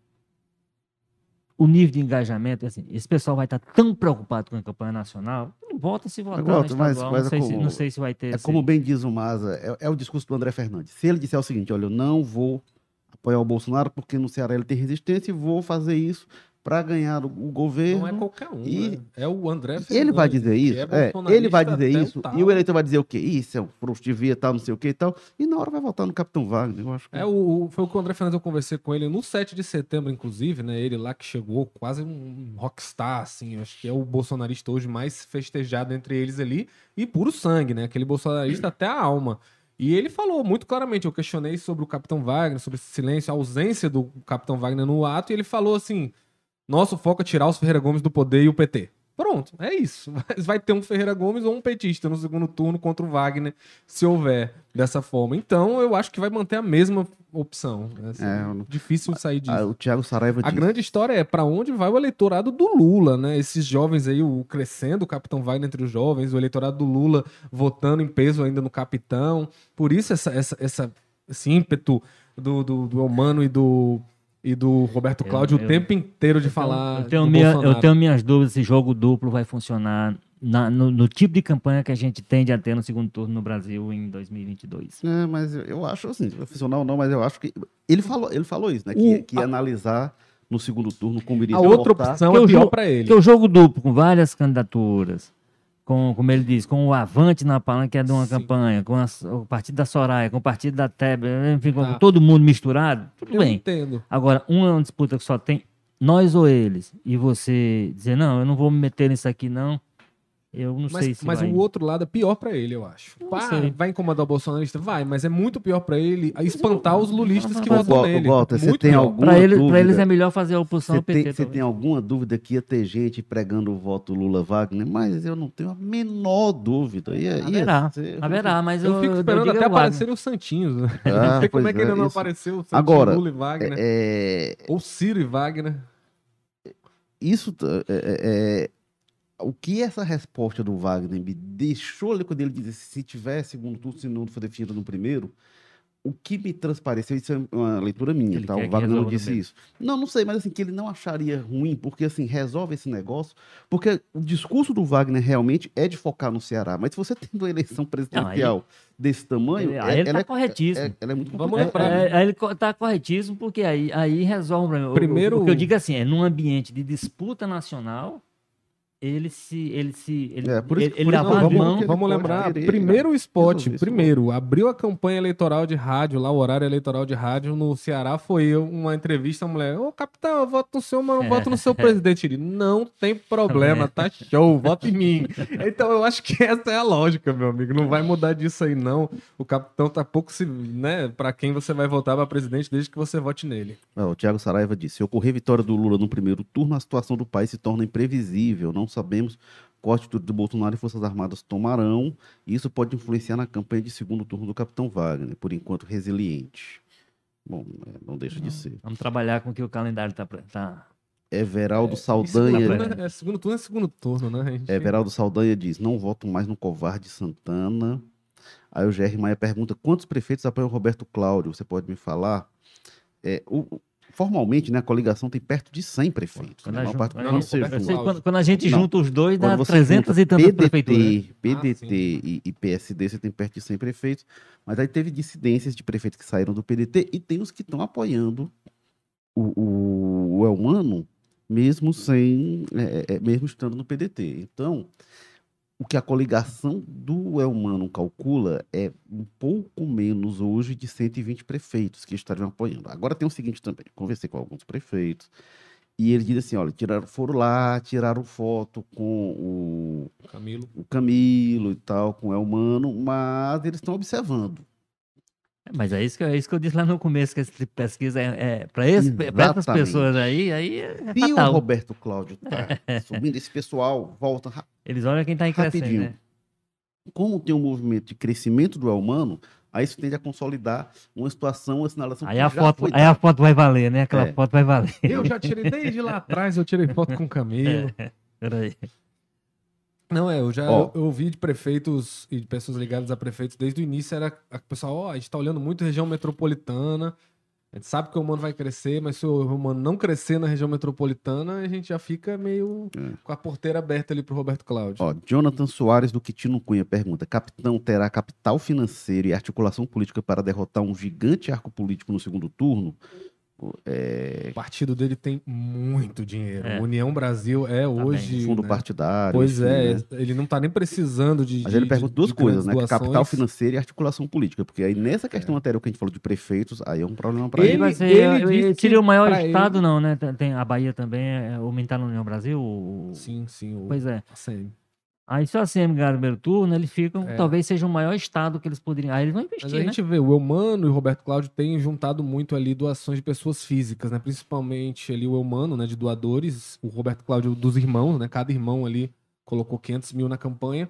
o nível de engajamento, assim, esse pessoal vai estar tão preocupado com a campanha nacional, não volta se votar Mas, na Walter, mas- estadual, mas não, é sei se, como- não sei se vai ter É esse- como bem diz o Maza, é, é o discurso do André Fernandes. Se ele disser o seguinte, olha, eu não vou apoiar o Bolsonaro porque no Ceará ele tem resistência e vou fazer isso para ganhar o, o governo. não é qualquer um. E- né? É o André Ele Fernandes. vai dizer que isso, é é, ele vai bolsonarista dizer até isso, tal. e o eleitor vai dizer o quê? Isso é um frouxo de via, tal, não sei o quê e tal. E na hora vai votar no Capitão Wagner, eu acho que... É, o, foi o que o André Fernandes, eu conversei com ele no sete de setembro, inclusive, né? Ele lá que chegou quase um rockstar, assim. Eu acho que é o bolsonarista hoje mais festejado entre eles ali. E puro sangue, né? Aquele bolsonarista até a alma. E ele falou muito claramente, eu questionei sobre o Capitão Wagner, sobre esse silêncio, a ausência do Capitão Wagner no ato, e ele falou assim, nosso foco é tirar os Ferreira Gomes do poder e o P T. Pronto, é isso. Mas vai ter um Ferreira Gomes ou um petista no segundo turno contra o Wagner, se houver dessa forma. Então, eu acho que vai manter a mesma opção. Né? Assim, É, eu não- difícil sair disso. Ah, o Thiago Saraiva A disse. grande história é para onde vai o eleitorado do Lula, né? Esses jovens aí, o crescendo, o Capitão Wagner entre os jovens, o eleitorado do Lula votando em peso ainda no Capitão. Por isso essa, essa, essa- esse ímpeto do, do, do Eumano e do, e do Roberto Eu- Cláudio eu- o tempo inteiro de Eu tenho- falar eu tenho, do minha- eu Bolsonaro. tenho minhas dúvidas se jogo duplo vai funcionar na- no, no tipo de campanha que a gente tende a ter no segundo turno no Brasil em dois mil e vinte e dois. É, mas eu, eu acho assim, profissional não, mas eu acho que. Ele falou, ele falou isso, né? Que, O- que ia analisar no segundo turno como iria A outra votar. opção Que é o pior jogo- para ele. Porque o jogo duplo, com várias candidaturas, com, como ele diz, com o Avante na palanca de uma Sim. campanha, com a- o partido da Soraya, com o partido da Tebet, enfim, com Tá. todo mundo misturado, tudo Eu bem. entendo. Agora, uma é uma disputa que só tem nós ou eles, e você dizer, não, eu não vou me meter nisso aqui, não, eu não sei Mas, se mas vai. o outro lado é pior pra ele, eu acho. Não Pá, sei. vai incomodar o bolsonarista? Vai, mas é muito pior pra ele espantar os lulistas que Mas, votam Walter, nele. Walter, você Muito tem pior. algum- Para eles, dúvida? pra eles é melhor fazer a oposição Você ao P T. tem, você talvez. tem alguma dúvida que ia ter gente pregando o voto Lula-Wagner? Mas eu não tenho a menor dúvida. Ia, ia Haverá, ser- haverá, mas Eu fico esperando digo até é o Wagner. aparecerem os Santinhos. Né? Ah, não sei como pois é que é, ainda não isso. apareceu o Santinho, Agora, Lula e Wagner. É, Ou Ciro e Wagner. isso tá- é, é, é, o que essa resposta do Wagner me deixou ali quando ele disse se tiver segundo turno, se não for definido no primeiro, o que me transpareceu, isso é uma leitura minha, Ele tá? quer O que Wagner não resolva no disse meio. isso. Não, não sei, mas assim, que ele não acharia ruim, porque assim, resolve esse negócio, porque o discurso do Wagner realmente é de focar no Ceará, mas se você tem uma eleição presidencial desse tamanho, Ele- é- aí ele ela, tá corretíssimo. é, ela é muito Vamos complicada. lembrar. É, é, aí ele co- tá corretíssimo, porque aí, aí resolve o problema. O- Primeiro- O, o que eu digo assim, é num ambiente de disputa nacional, ele se. Ele se. Ele, É, por isso ele, que- ele por isso Não, lavou as que- mãos. ele vamos, vamos pode lembrar, querer primeiro o spot, resolver isso primeiro, abriu a campanha eleitoral de rádio, lá o horário eleitoral de rádio no Ceará, foi eu, uma entrevista, a mulher, ô capitão, eu voto no senhor, mas não voto no seu presidente. Ele, não tem problema, tá show, voto em mim. Então eu acho que essa é a lógica, meu amigo, não vai mudar disso aí não. O capitão tá pouco se, né, pra quem você vai votar pra presidente desde que você vote nele. Ó, o Thiago Saraiva disse: se ocorrer vitória do Lula no primeiro turno, a situação do país se torna imprevisível. Não sabemos qual atitude do Bolsonaro e Forças Armadas tomarão. E isso pode influenciar na campanha de segundo turno do capitão Wagner, por enquanto resiliente. Bom, é, não deixa de ser. Vamos trabalhar com o que o calendário tá. tá... Everaldo E segundo Saldanha. turno, é, segundo turno é segundo turno, né? A gente- Everaldo Saldanha diz: não voto mais no covarde Santana. Aí o G R Maia pergunta: quantos prefeitos apoiam Roberto Cláudio? Você pode me falar? É, o- formalmente, né, a coligação tem perto de cem prefeitos. Quando Né? a A maior jun- parte quando quando a você gente- Eu sei, junta- quando, quando a gente Não. junta os dois, dá Quando você trezentas junta e tantas P D T, prefeituras. P D Ah, T sim. e, e P S D, você tem perto de cem prefeitos, mas aí teve dissidências de prefeitos que saíram do P D T e tem os que estão apoiando o, o, o Elmano, mesmo sem, é, é, mesmo estando no P D T. Então, o que a coligação do Elmano calcula é um pouco menos hoje de cento e vinte prefeitos que estariam apoiando. Agora tem o seguinte também, conversei com alguns prefeitos, e eles dizem assim, olha, tiraram, foram lá, tiraram foto com o, Camilo. o Camilo e tal, com o Elmano, mas eles estão observando. Mas é isso, que, é isso que eu disse lá no começo, que esse tipo de pesquisa é, é para essas Exatamente. pessoas aí, aí é E o fatal. Roberto Cláudio tá subindo, esse pessoal volta ra- Eles olham quem está em crescendo, rapidinho. né? Como tem um movimento de crescimento do Elmano, aí isso tende a consolidar uma situação, uma sinalação Aí que a, já foto, foi aí a dada. foto vai valer, né? Aquela É. foto vai valer. Eu já tirei desde lá atrás, eu tirei foto com o Camilo. Peraí. Não, é, eu já Ó. eu, eu ouvi de prefeitos e de pessoas ligadas a prefeitos desde o início, era a pessoal, ó, a gente tá olhando muito região metropolitana, a gente sabe que o humano vai crescer, mas se o humano não crescer na região metropolitana, a gente já fica meio É. com a porteira aberta ali pro Roberto Cláudio. Ó, Jonathan Soares do Quitino Cunha pergunta: capitão terá capital financeiro e articulação política para derrotar um gigante arco político no segundo turno? Pô, é, O partido dele tem muito dinheiro. É. O União Brasil é hoje. fundo né? partidário. Pois enfim, é, né? ele não tá nem precisando de. Mas de- ele pergunta de- duas de coisas, né? grandes Que capital doações. financeiro e articulação política. Porque aí nessa questão anterior que a gente falou de prefeitos, aí é um problema para Ele, ele. vai ser, ele eu- disse ele seria o maior pra estado, ele- não, né? Tem- Tem, a Bahia também, é, o Minho tá no União Brasil. o- Sim, sim. O... Pois é. a C M. Aí se o A C M ganhar o primeiro turno, eles ficam, É. talvez seja o maior estado que eles poderiam. Aí eles vão Mas investir, a né? gente vê, o Eumano e o Roberto Cláudio têm juntado muito ali doações de pessoas físicas, né? Principalmente ali o Eumano, né? De doadores, o Roberto Cláudio dos irmãos, né? Cada irmão ali colocou quinhentos mil na campanha,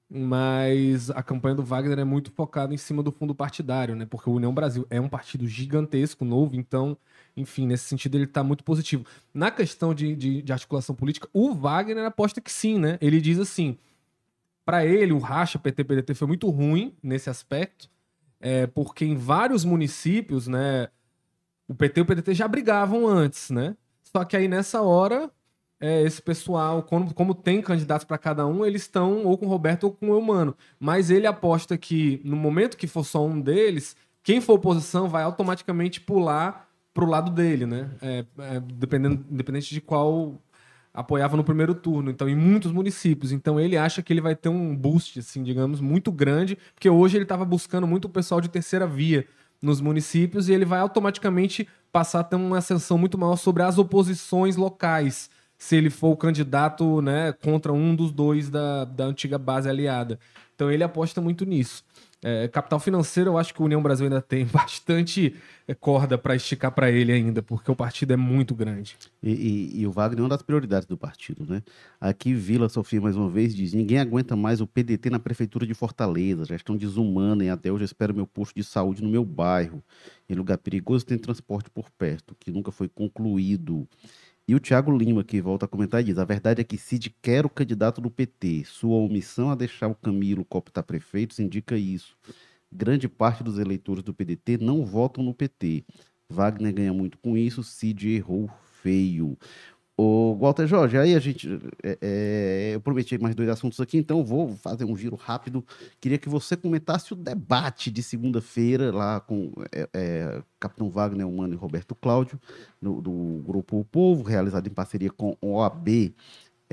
mas a campanha do Wagner é muito focada em cima do fundo partidário, né? Porque o União Brasil é um partido gigantesco, novo, então, enfim, nesse sentido ele tá muito positivo. Na questão de, de, de articulação política, o Wagner aposta que sim, né? Ele diz assim, para ele, o racha P T P D T foi muito ruim nesse aspecto, é, porque em vários municípios, né, o P T e o P D T já brigavam antes, né? Só que aí nessa hora, é, esse pessoal, como, como tem candidatos para cada um, eles estão ou com o Roberto ou com o Eumano. Mas ele aposta que no momento que for só um deles, quem for oposição vai automaticamente pular pro lado dele, né? É, é, dependendo, independente de qual apoiava no primeiro turno, então em muitos municípios. Então ele acha que ele vai ter um boost, assim, digamos, muito grande, porque hoje ele estava buscando muito o pessoal de terceira via nos municípios e ele vai automaticamente passar a ter uma ascensão muito maior sobre as oposições locais, se ele for o candidato, né, contra um dos dois da, da antiga base aliada. Então ele aposta muito nisso. É, capital financeiro, eu acho que o União Brasil ainda tem bastante é, corda para esticar para ele ainda, porque o partido é muito grande. E, e- e o Wagner é uma das prioridades do partido, né? Aqui, Vila Sofia, mais uma vez, diz: ninguém aguenta mais o P D T na prefeitura de Fortaleza, gestão desumana, e até hoje eu espero meu posto de saúde no meu bairro. Em lugar perigoso tem transporte por perto, que nunca foi concluído. E o Thiago Lima, que volta a comentar, diz: a verdade é que Cid quer o candidato do P T. Sua omissão a deixar o Camilo cooptar prefeitos indica isso. Grande parte dos eleitores do P D T não votam no P T. Wagner ganha muito com isso, Cid errou feio. Ô, Walter Jorge, aí a gente. é, é, eu prometi mais dois assuntos aqui, então eu vou fazer um giro rápido. Queria que você comentasse o debate de segunda-feira lá com é, é, Capitão Wagner Humano e Roberto Cláudio, no- do Grupo O Povo, realizado em parceria com o O A B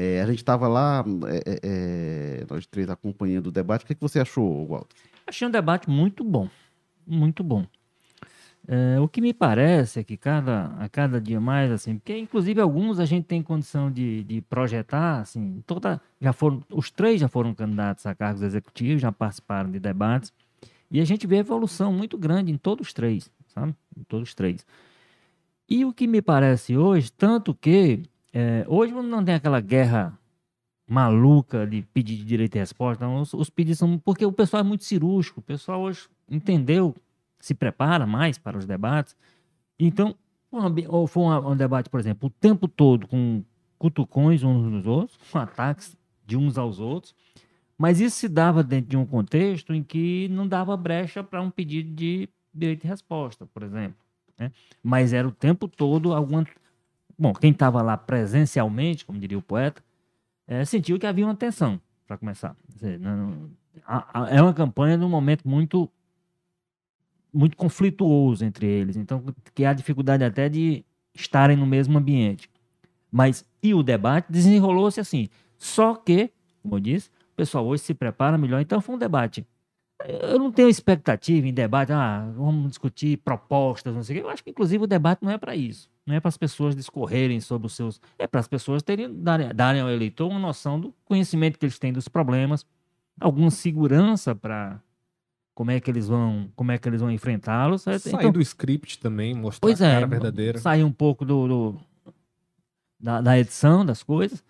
É, a gente estava lá, é, é, nós três acompanhando o debate. O que, que você achou, Walter? Achei um debate muito bom, muito bom. É, o que me parece é que cada, a cada dia mais, assim, porque inclusive alguns a gente tem condição de, de projetar, assim, toda, já foram, os três já foram candidatos a cargos executivos, já participaram de debates, e a gente vê evolução muito grande em todos os três, sabe? Em todos os três. E o que me parece hoje, tanto que é, hoje não tem aquela guerra maluca de pedir de direito e resposta, não, os, os pedidos são, porque o pessoal é muito cirúrgico, o pessoal hoje entendeu, se prepara mais para os debates. Então, ou foi um, um debate, por exemplo, o tempo todo com cutucões uns nos outros, com ataques de uns aos outros, mas isso se dava dentro de um contexto em que não dava brecha para um pedido de direito e resposta, por exemplo, né? Mas era o tempo todo alguma... Bom, quem estava lá presencialmente, como diria o poeta, é, sentiu que havia uma tensão, para começar. Quer dizer, não, a, a, é uma campanha num momento muito muito conflituoso entre eles, então que há dificuldade até de estarem no mesmo ambiente. Mas, e o debate desenrolou-se assim, só que, como eu disse, o pessoal hoje se prepara melhor, então foi um debate. Eu não tenho expectativa em debate, ah, vamos discutir propostas, não sei o quê. Eu acho que, inclusive, o debate não é para isso. Não é para as pessoas discorrerem sobre os seus... É para as pessoas terem, darem, darem ao eleitor uma noção do conhecimento que eles têm dos problemas, alguma segurança para... como é que eles vão, como é que eles vão enfrentá-los. Sair então, do script também, mostrar pois a é, cara verdadeira. Sair um pouco do, do da, da edição das coisas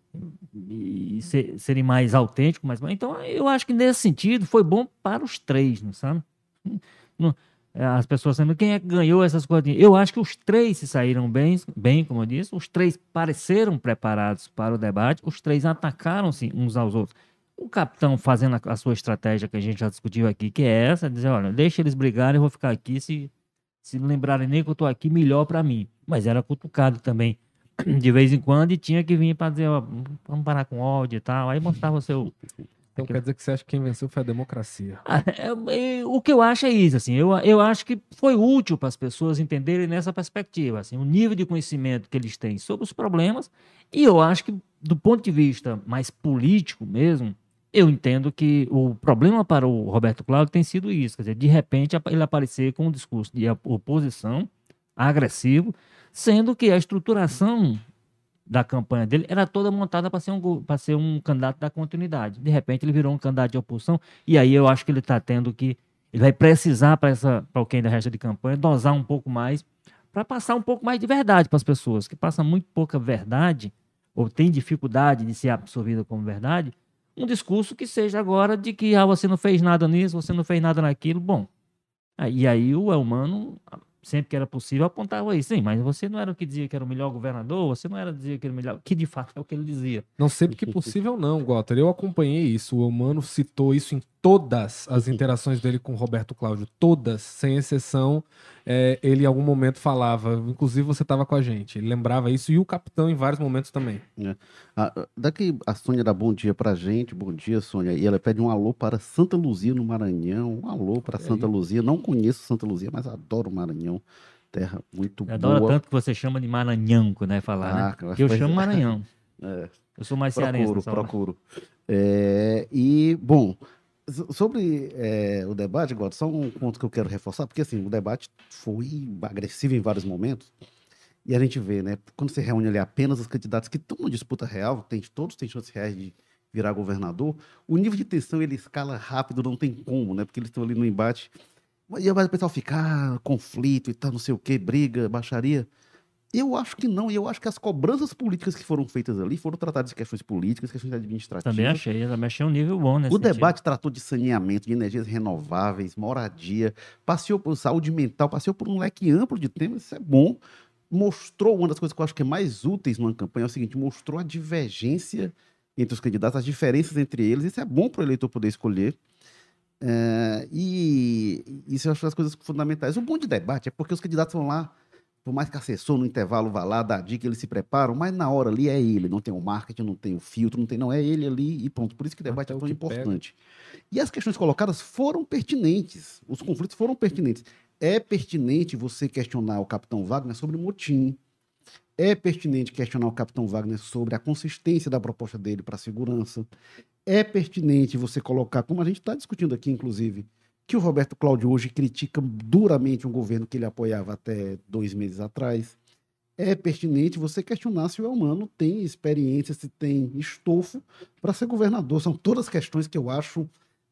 e ser, serem mais autênticos. Mais, então, eu acho que nesse sentido foi bom para os três, não sabe? Não, as pessoas sabem quem é que ganhou essas coisas. Eu acho que os três se saíram bem, bem, como eu disse. Os três pareceram preparados para o debate. Os três atacaram-se uns aos outros. O capitão fazendo a, a sua estratégia que a gente já discutiu aqui, que é essa, dizer, olha, deixa eles brigarem, eu vou ficar aqui, se, se não lembrarem nem que eu estou aqui, melhor para mim. Mas era cutucado também, de vez em quando, e tinha que vir para dizer, ó, vamos parar com ódio e tal, aí mostrava o seu... Então quer dizer que você acha que quem venceu foi a democracia? Ah, é, é, o que eu acho é isso, assim, eu, eu acho que foi útil para as pessoas entenderem nessa perspectiva, assim, o nível de conhecimento que eles têm sobre os problemas, e eu acho que, do ponto de vista mais político mesmo, eu entendo que o problema para o Roberto Cláudio tem sido isso, quer dizer, de repente ele aparecer com um discurso de oposição agressivo, sendo que a estruturação da campanha dele era toda montada para ser, um, para ser um candidato da continuidade. De repente ele virou um candidato de oposição, e aí eu acho que ele está tendo que, ele vai precisar para essa, para o que ainda resta de campanha, dosar um pouco mais, para passar um pouco mais de verdade para as pessoas, que passam muito pouca verdade, ou tem dificuldade de ser absorvida como verdade, um discurso que seja agora de que ah, você não fez nada nisso, você não fez nada naquilo. Bom, e aí o Elmano, sempre que era possível, apontava isso. Sim, mas você não era o que dizia que era o melhor governador, você não era dizer que era o melhor, que de fato é o que ele dizia. Não sempre que possível não, Walter. Eu acompanhei isso. O Elmano citou isso em todas as interações dele com o Roberto Cláudio. Todas, sem exceção. É, ele em algum momento falava, inclusive você estava com a gente, ele lembrava isso, e o capitão em vários momentos também. É. Ah, daqui a Sônia dá bom dia pra gente, bom dia, Sônia, e ela pede um alô para Santa Luzia, no Maranhão, um alô para Santa Luzia, não conheço Santa Luzia, mas adoro o Maranhão, terra muito Eu adoro boa. tanto que você chama de Maranhão, quando é falar, Ah, né? eu acho Que eu que- chamo Maranhão. É, Eu sou mais cearense. procuro, nessa hora. procuro. É, e, bom, so- sobre é, o debate, agora, só um ponto que eu quero reforçar, porque assim, o debate foi agressivo em vários momentos, e a gente vê, né, quando você reúne ali apenas os candidatos que estão em disputa real, tem, todos têm chances reais de virar governador, o nível de tensão ele escala rápido, não tem como, né, porque eles estão ali no embate, e aí o pessoal fica, ah, conflito e tal, não sei o quê, briga, baixaria. Eu acho que não, e eu acho que as cobranças políticas que foram feitas ali foram tratadas de questões políticas, questões administrativas. Também achei, eu também achei um nível bom nesse O sentido. debate tratou de saneamento, de energias renováveis, moradia, passeou por saúde mental, passeou por um leque amplo de temas, isso é bom. Mostrou, uma das coisas que eu acho que é mais úteis numa campanha é o seguinte, mostrou a divergência entre os candidatos, as diferenças entre eles, isso é bom para o eleitor poder escolher. É, e isso eu acho as coisas fundamentais. O bom de debate é porque os candidatos vão lá, por mais que a assessor no intervalo vá lá, dá a dica, eles se preparam, mas na hora ali é ele, não tem o marketing, não tem o filtro, não tem, não, é ele ali e pronto. Por isso que o debate Até é o tão que pega. importante. E as questões colocadas foram pertinentes, os conflitos foram pertinentes. É pertinente você questionar o capitão Wagner sobre motim. É pertinente questionar o capitão Wagner sobre a consistência da proposta dele para a segurança. É pertinente você colocar, como a gente está discutindo aqui, inclusive, que o Roberto Cláudio hoje critica duramente um governo que ele apoiava até dois meses atrás. É pertinente você questionar se o Elmano tem experiência, se tem estofo para ser governador. São todas questões que eu acho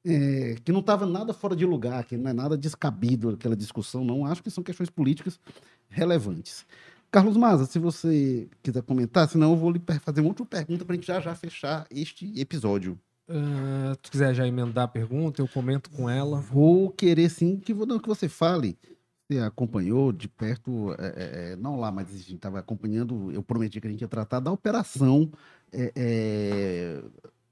é, que não estava nada fora de lugar, que não é nada descabido aquela discussão, não. Acho que são questões políticas relevantes. Carlos Maza, se você quiser comentar, senão eu vou lhe fazer uma outra pergunta para a gente já já fechar este episódio. Uh, se tu quiser já emendar a pergunta, eu comento com ela. Vou querer sim que, não, que você fale. Você acompanhou de perto, é, é, não lá, mas a gente estava acompanhando, eu prometi que a gente ia tratar da operação é, é,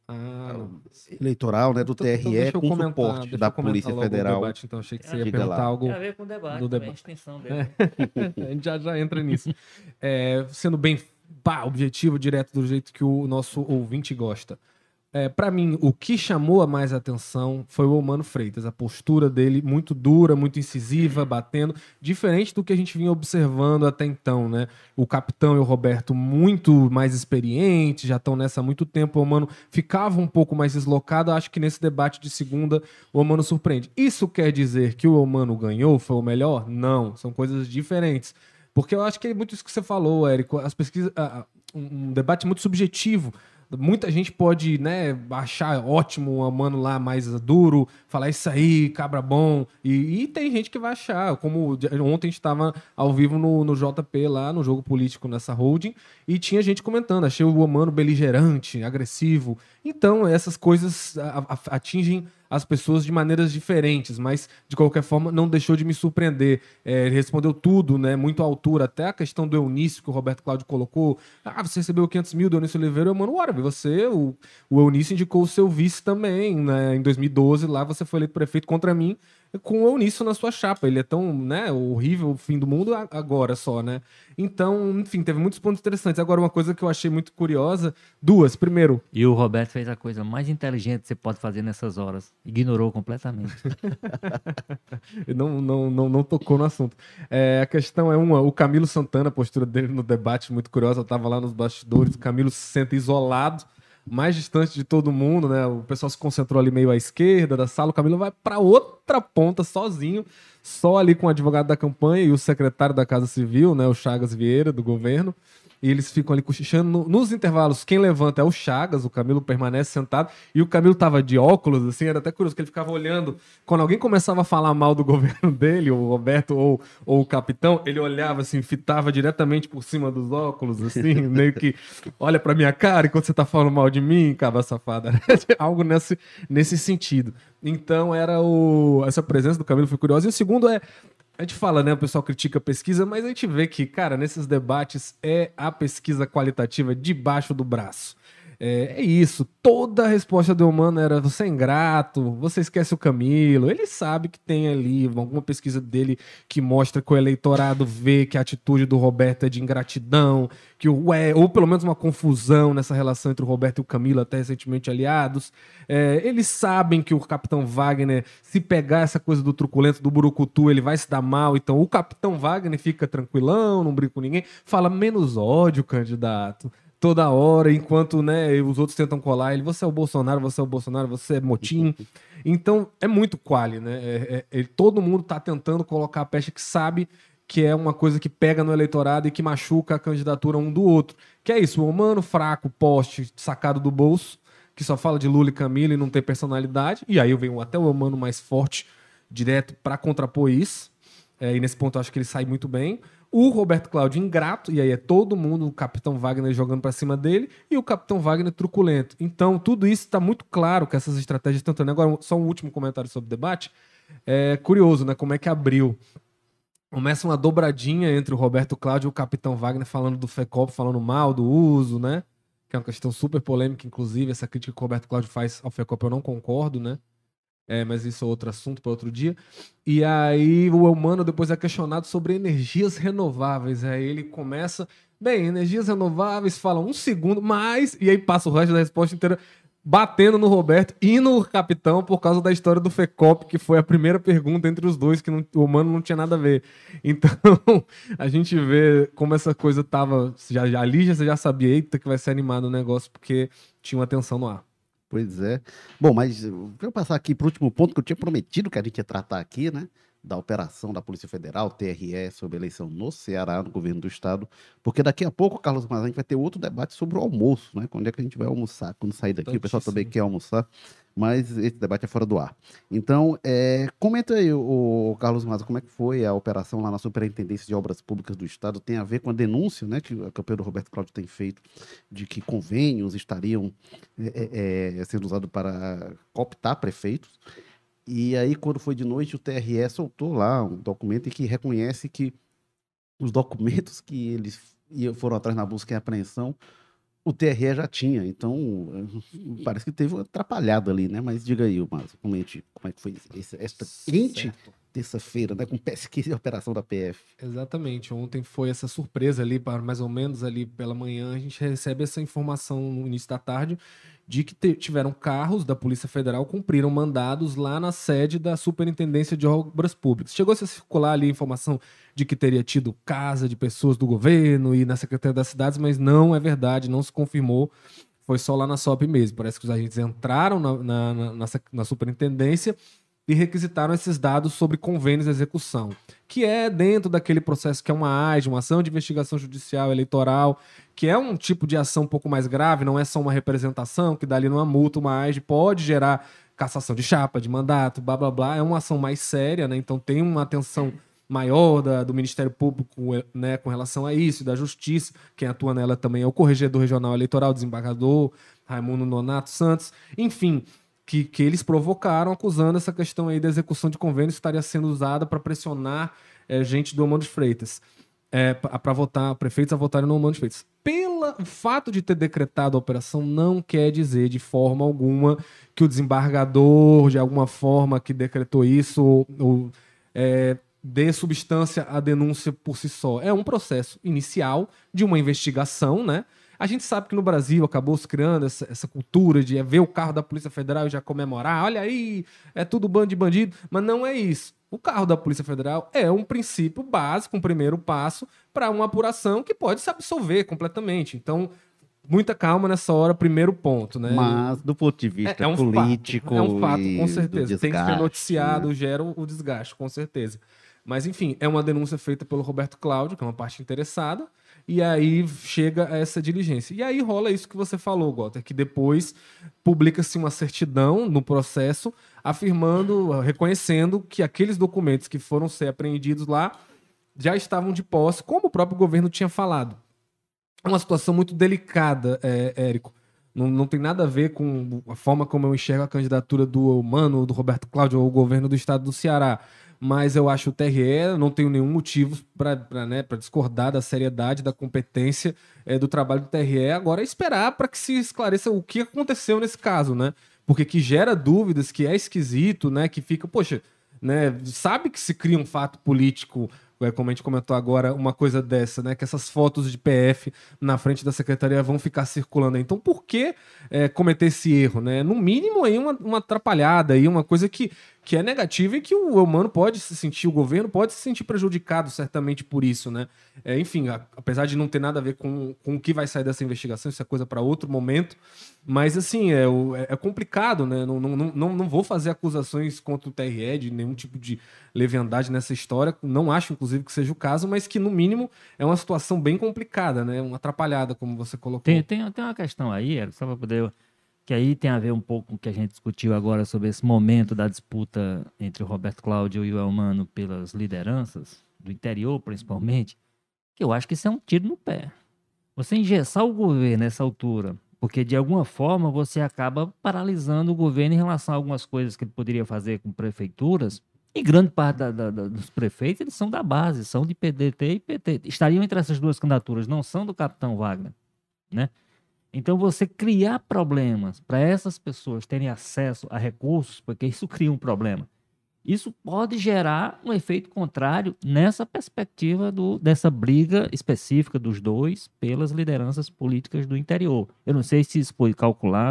ah, eleitoral, né, do então, T R E então com comentar, suporte da Polícia Federal. Debate, então achei que você ia Diga perguntar lá. algo Tem a ver com o debate, do também, debate. a extensão dele. É. A gente já, já entra nisso. É, sendo bem pá, objetivo, direto do jeito que o nosso ouvinte gosta. É, para mim, o que chamou a mais atenção foi o Elmano Freitas. A postura dele muito dura, muito incisiva, batendo, diferente do que a gente vinha observando até então, né? O capitão e o Roberto muito mais experientes, já estão nessa há muito tempo. O Elmano ficava um pouco mais deslocado. Acho que nesse debate de segunda, o Elmano surpreende. Isso quer dizer que o Elmano ganhou, foi o melhor? Não, são coisas diferentes. Porque eu acho que é muito isso que você falou, Érico. As pesquisas, um debate muito subjetivo. Muita gente pode, né, achar ótimo o Mano lá mais duro, falar isso aí, cabra bom. E, e tem gente que vai achar, como ontem a gente estava ao vivo no, no J P lá, no Jogo Político, nessa holding, e tinha gente comentando, achei o Mano beligerante, agressivo. Então, essas coisas atingem as pessoas de maneiras diferentes, mas, de qualquer forma, não deixou de me surpreender. É, ele respondeu tudo, né, muito à altura, até a questão do Eunício, que o Roberto Cláudio colocou. Ah, você recebeu quinhentos mil do Eunício Oliveira, eu, mano, ora, você, o, o Eunício indicou o seu vice também, né, em dois mil e doze, lá você foi eleito prefeito contra mim, com o Eunício na sua chapa. Ele é tão, né, horrível, o fim do mundo agora só, né? Então, enfim, teve muitos pontos interessantes. Agora, uma coisa que eu achei muito curiosa, duas. Primeiro... E o Roberto fez a coisa mais inteligente que você pode fazer nessas horas. Ignorou completamente. não, não, não, não tocou no assunto. É, a questão é uma, o Camilo Santana, a postura dele no debate, muito curiosa. Eu estava lá nos bastidores, o Camilo se sente isolado, mais distante de todo mundo, né? O pessoal se concentrou ali meio à esquerda da sala, o Camilo vai para outra ponta sozinho, só ali com o advogado da campanha e o secretário da Casa Civil, né? O Chagas Vieira, do governo. E eles ficam ali cochichando. No, nos intervalos, quem levanta é o Chagas, o Camilo permanece sentado. E o Camilo tava de óculos, assim, era até curioso, que ele ficava olhando. Quando alguém começava a falar mal do governo dele, o Roberto ou, ou o capitão, ele olhava assim, fitava diretamente por cima dos óculos, assim, meio que olha pra minha cara enquanto você tá falando mal de mim, cabra safada. Algo nesse, nesse sentido. Então, era o... essa presença do Camilo foi curiosa. E o segundo é... A gente fala, né? O pessoal critica a pesquisa, mas a gente vê que, cara, nesses debates é a pesquisa qualitativa debaixo do braço. É, é isso. Toda a resposta do Elmano era: você é ingrato, você esquece o Camilo. Ele sabe que tem ali alguma pesquisa dele que mostra que o eleitorado vê que a atitude do Roberto é de ingratidão, que o, é, ou pelo menos uma confusão nessa relação entre o Roberto e o Camilo, até recentemente aliados. É, eles sabem que o capitão Wagner, se pegar essa coisa do truculento, do burucutu, ele vai se dar mal. Então o capitão Wagner fica tranquilão, não briga com ninguém, fala menos ódio, candidato. Toda hora, enquanto, né, os outros tentam colar ele, você é o Bolsonaro, você é o Bolsonaro, você é motim. Então, é muito quali, né? É, é, é, todo mundo tá tentando colocar a pecha que sabe que é uma coisa que pega no eleitorado e que machuca a candidatura um do outro. Que é isso, o humano fraco, poste, sacado do bolso, que só fala de Lula e Camilo e não tem personalidade. E aí vem até o humano mais forte, direto, para contrapor isso. É, e nesse ponto eu acho que ele sai muito bem. O Roberto Cláudio ingrato, e aí é todo mundo, o capitão Wagner jogando pra cima dele, e o capitão Wagner truculento. Então, tudo isso tá muito claro que essas estratégias estão tentando. Agora, só um último comentário sobre o debate. É curioso, né? Como é que abriu. Começa uma dobradinha entre o Roberto Cláudio e o capitão Wagner falando do FECOP, falando mal do uso, né? Que é uma questão super polêmica, inclusive. Essa crítica que o Roberto Cláudio faz ao FECOP eu não concordo, né? É, mas isso é outro assunto para outro dia. E aí o Elmano depois é questionado sobre energias renováveis. Aí ele começa... Bem, energias renováveis, fala um segundo, mas... E aí passa o resto da resposta inteira batendo no Roberto e no capitão por causa da história do FECOP, que foi a primeira pergunta entre os dois, que não, o Mano não tinha nada a ver. Então, a gente vê como essa coisa tava... Já, já, ali já, você já sabia, eita, que vai ser animado o negócio, porque tinha uma tensão no ar. Pois é. Bom, mas eu vou passar aqui para o último ponto que eu tinha prometido que a gente ia tratar aqui, né? Da operação da Polícia Federal, T R E, sobre a eleição no Ceará, no governo do estado, porque daqui a pouco, Carlos Mazzan, a gente vai ter outro debate sobre o almoço, né? Quando é que a gente vai almoçar? Quando sair daqui, o pessoal também quer almoçar, mas esse debate é fora do ar. Então, é, comenta aí, o, o Carlos Mazzan, como é que foi a operação lá na Superintendência de Obras Públicas do Estado? Tem a ver com a denúncia, né, que a campanha do Roberto Cláudio tem feito, de que convênios estariam é, é, sendo usados para cooptar prefeitos. E aí, quando foi de noite, o T R E soltou lá um documento em que reconhece que os documentos que eles foram atrás na busca e apreensão, o T R E já tinha. Então, parece que teve uma atrapalhada ali, né? Mas diga aí, Márcio, comente como é que foi esse, esta quente terça-feira, né? Com pesquisa e operação da P F. Exatamente. Ontem foi essa surpresa ali, para mais ou menos ali pela manhã, a gente recebe essa informação no início da tarde de que tiveram carros da Polícia Federal, cumpriram mandados lá na sede da Superintendência de Obras Públicas. Chegou-se a circular ali a informação de que teria tido casa de pessoas do governo e na Secretaria das Cidades, mas não é verdade, não se confirmou. Foi só lá na S O P mesmo. Parece que os agentes entraram na, na, na, na, na Superintendência e requisitaram esses dados sobre convênios de execução, que é dentro daquele processo que é uma A I J, uma ação de investigação judicial eleitoral, que é um tipo de ação um pouco mais grave, não é só uma representação, que dá ali numa multa, uma A I J pode gerar cassação de chapa, de mandato, blá, blá, blá, é uma ação mais séria, né? Então tem uma atenção maior da, do Ministério Público, né, com relação a isso, da Justiça, quem atua nela também é o Corregedor Regional Eleitoral, desembargador Raimundo Nonato Santos, enfim... Que, que eles provocaram, acusando essa questão aí da execução de convênios que estaria sendo usada para pressionar é, gente do Eumano de Freitas, é, para votar, prefeitos a votarem no Eumano de Freitas. Pela, o fato de ter decretado a operação não quer dizer de forma alguma que o desembargador, de alguma forma, que decretou isso, ou, ou é, dê substância à denúncia por si só. É um processo inicial de uma investigação, né? A gente sabe que no Brasil acabou se criando essa, essa cultura de ver o carro da Polícia Federal e já comemorar. Olha aí, é tudo bando de bandido. Mas não é isso. O carro da Polícia Federal é um princípio básico, um primeiro passo para uma apuração que pode se absolver completamente. Então, muita calma nessa hora, primeiro ponto, né? Mas, do ponto de vista é, é um político... Fato, é um fato, com certeza. Desgaste, tem que ser noticiado, né? Gera o desgaste, com certeza. Mas, enfim, é uma denúncia feita pelo Roberto Cláudio, que é uma parte interessada, e aí chega a essa diligência. E aí rola isso que você falou, Walter, que depois publica-se uma certidão no processo afirmando, reconhecendo que aqueles documentos que foram ser apreendidos lá já estavam de posse, como o próprio governo tinha falado. É uma situação muito delicada, é, Érico. Não, não tem nada a ver com a forma como eu enxergo a candidatura do Mano, do Roberto Cláudio, ou o governo do estado do Ceará. Mas eu acho o T R E, não tenho nenhum motivo para né, discordar da seriedade, da competência é, do trabalho do T R E. Agora é esperar para que se esclareça o que aconteceu nesse caso, né? Porque que gera dúvidas, que é esquisito, né? Que fica, poxa, né? Sabe que se cria um fato político, como a gente comentou agora, uma coisa dessa, né? Que essas fotos de P F na frente da secretaria vão ficar circulando. Então, por que é, cometer esse erro, né? No mínimo, aí uma, uma atrapalhada, aí, uma coisa que, que é negativa e que o humano pode se sentir, o governo pode se sentir prejudicado, certamente, por isso, né? É, enfim, a, apesar de não ter nada a ver com, com o que vai sair dessa investigação, isso é coisa para outro momento, mas, assim, é, é complicado, né? Não, não, não, não vou fazer acusações contra o T R E de nenhum tipo de leviandade nessa história, não acho, inclusive, que seja o caso, mas que, no mínimo, é uma situação bem complicada, né? Uma atrapalhada, como você colocou. Tem, tem, tem uma questão aí, Érico, só para poder... que aí tem a ver um pouco com o que a gente discutiu agora sobre esse momento da disputa entre o Roberto Cláudio e o Eumano pelas lideranças, do interior principalmente, que eu acho que isso é um tiro no pé. Você engessar o governo nessa altura, porque de alguma forma você acaba paralisando o governo em relação a algumas coisas que ele poderia fazer com prefeituras, e grande parte da, da, da, dos prefeitos, eles são da base, são de P D T e P T. Estariam entre essas duas candidaturas, não são do capitão Wagner, né? Então, você criar problemas para essas pessoas terem acesso a recursos, porque isso cria um problema, isso pode gerar um efeito contrário nessa perspectiva do, dessa briga específica dos dois pelas lideranças políticas do interior. Eu não sei se isso foi calculado,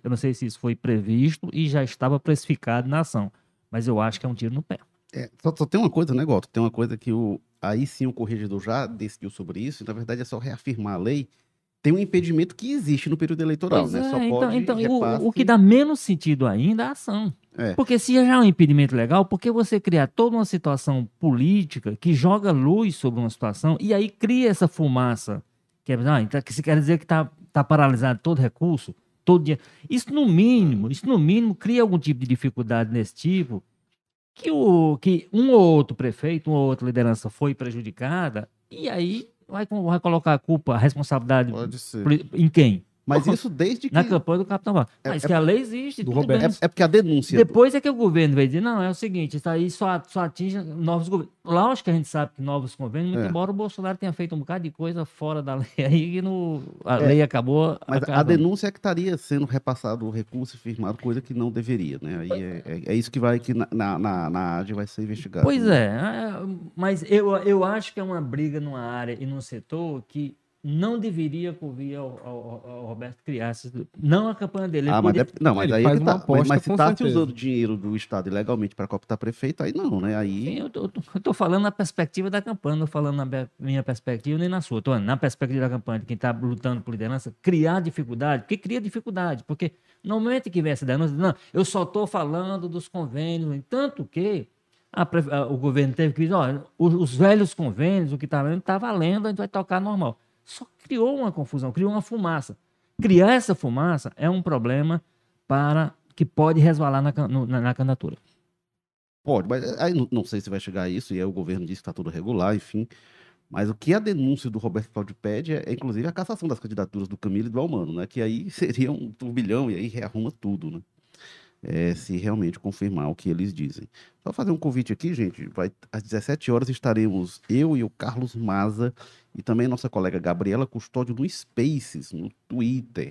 Eu não sei se isso foi previsto e já estava precificado na ação, mas eu acho que é um tiro no pé. É, só, só tem uma coisa, né, Goto? Tem uma coisa que o, aí sim o corregedor já decidiu sobre isso, e na verdade é só reafirmar a lei. Tem um impedimento que existe no período eleitoral, Pois né? é, Só então, pode então repasse... o, o que dá menos sentido ainda é a ação. É. Porque se já é um impedimento legal, por que você criar toda uma situação política que joga luz sobre uma situação e aí cria essa fumaça? Que, é, ah, então, que se quer dizer que está tá paralisado todo recurso, todo dia. Isso no mínimo, isso no mínimo cria algum tipo de dificuldade nesse tipo, que, o, que um ou outro prefeito, uma ou outra liderança foi prejudicada, e aí vai, vai colocar a culpa, a responsabilidade Pode ser. em quem? Mas isso desde que... Na campanha do Capitão Wagner. É- Mas é- que a lei existe. do tudo Roberto. bem. É, é porque a denúncia... Depois é que o governo veio dizer, não, é o seguinte, isso aí só, só atinge novos governos. Lógico que a gente sabe que novos convênios, muito É. embora o Bolsonaro tenha feito um bocado de coisa fora da lei aí, que no, a É, lei acabou Mas a acabando. denúncia é que estaria sendo repassado o recurso e firmado, coisa que não deveria, né? Aí é, é- é isso que vai, que na, na, na, na A D vai ser investigado. Pois é, é, mas eu, eu acho que é uma briga numa área e num setor que não deveria convir ao, ao- ao Roberto criar, esses- não a campanha dele. Ele Ah, mas podia- deve- não, mas Ele aí é faz que uma tá. Mas, aposta, mas se com tá se certeza. usando dinheiro do Estado ilegalmente para cooptar prefeito, aí não, né? Sim, Aí eu, tô, eu tô- eu tô falando na perspectiva da campanha, não tô falando na be- minha perspectiva nem na sua. Tô falando na perspectiva da campanha, de quem está lutando por liderança, criar dificuldade, porque cria dificuldade, porque no momento que vem essa denúncia, não, eu só estou falando dos convênios, tanto que a pre- a- o governo teve que dizer, olha, os, os velhos convênios, o que está valendo, está valendo, a gente vai tocar normal. Só criou uma confusão, criou uma fumaça. Criar essa fumaça é um problema para que pode resvalar na, can- no- na, na candidatura. pode, mas aí não, não sei se vai chegar a isso, e aí o governo diz que está tudo regular, enfim. Mas o que a denúncia do Roberto Cláudio pede é, é, inclusive, a cassação das candidaturas do Camilo e do Almano, né? Que aí seria um turbilhão e aí rearruma tudo, né? É, se realmente confirmar o que eles dizem. Só fazer um convite aqui, gente. Vai, às dezessete horas estaremos eu e o Carlos Maza e também nossa colega Gabriela Custódio no Spaces, no Twitter.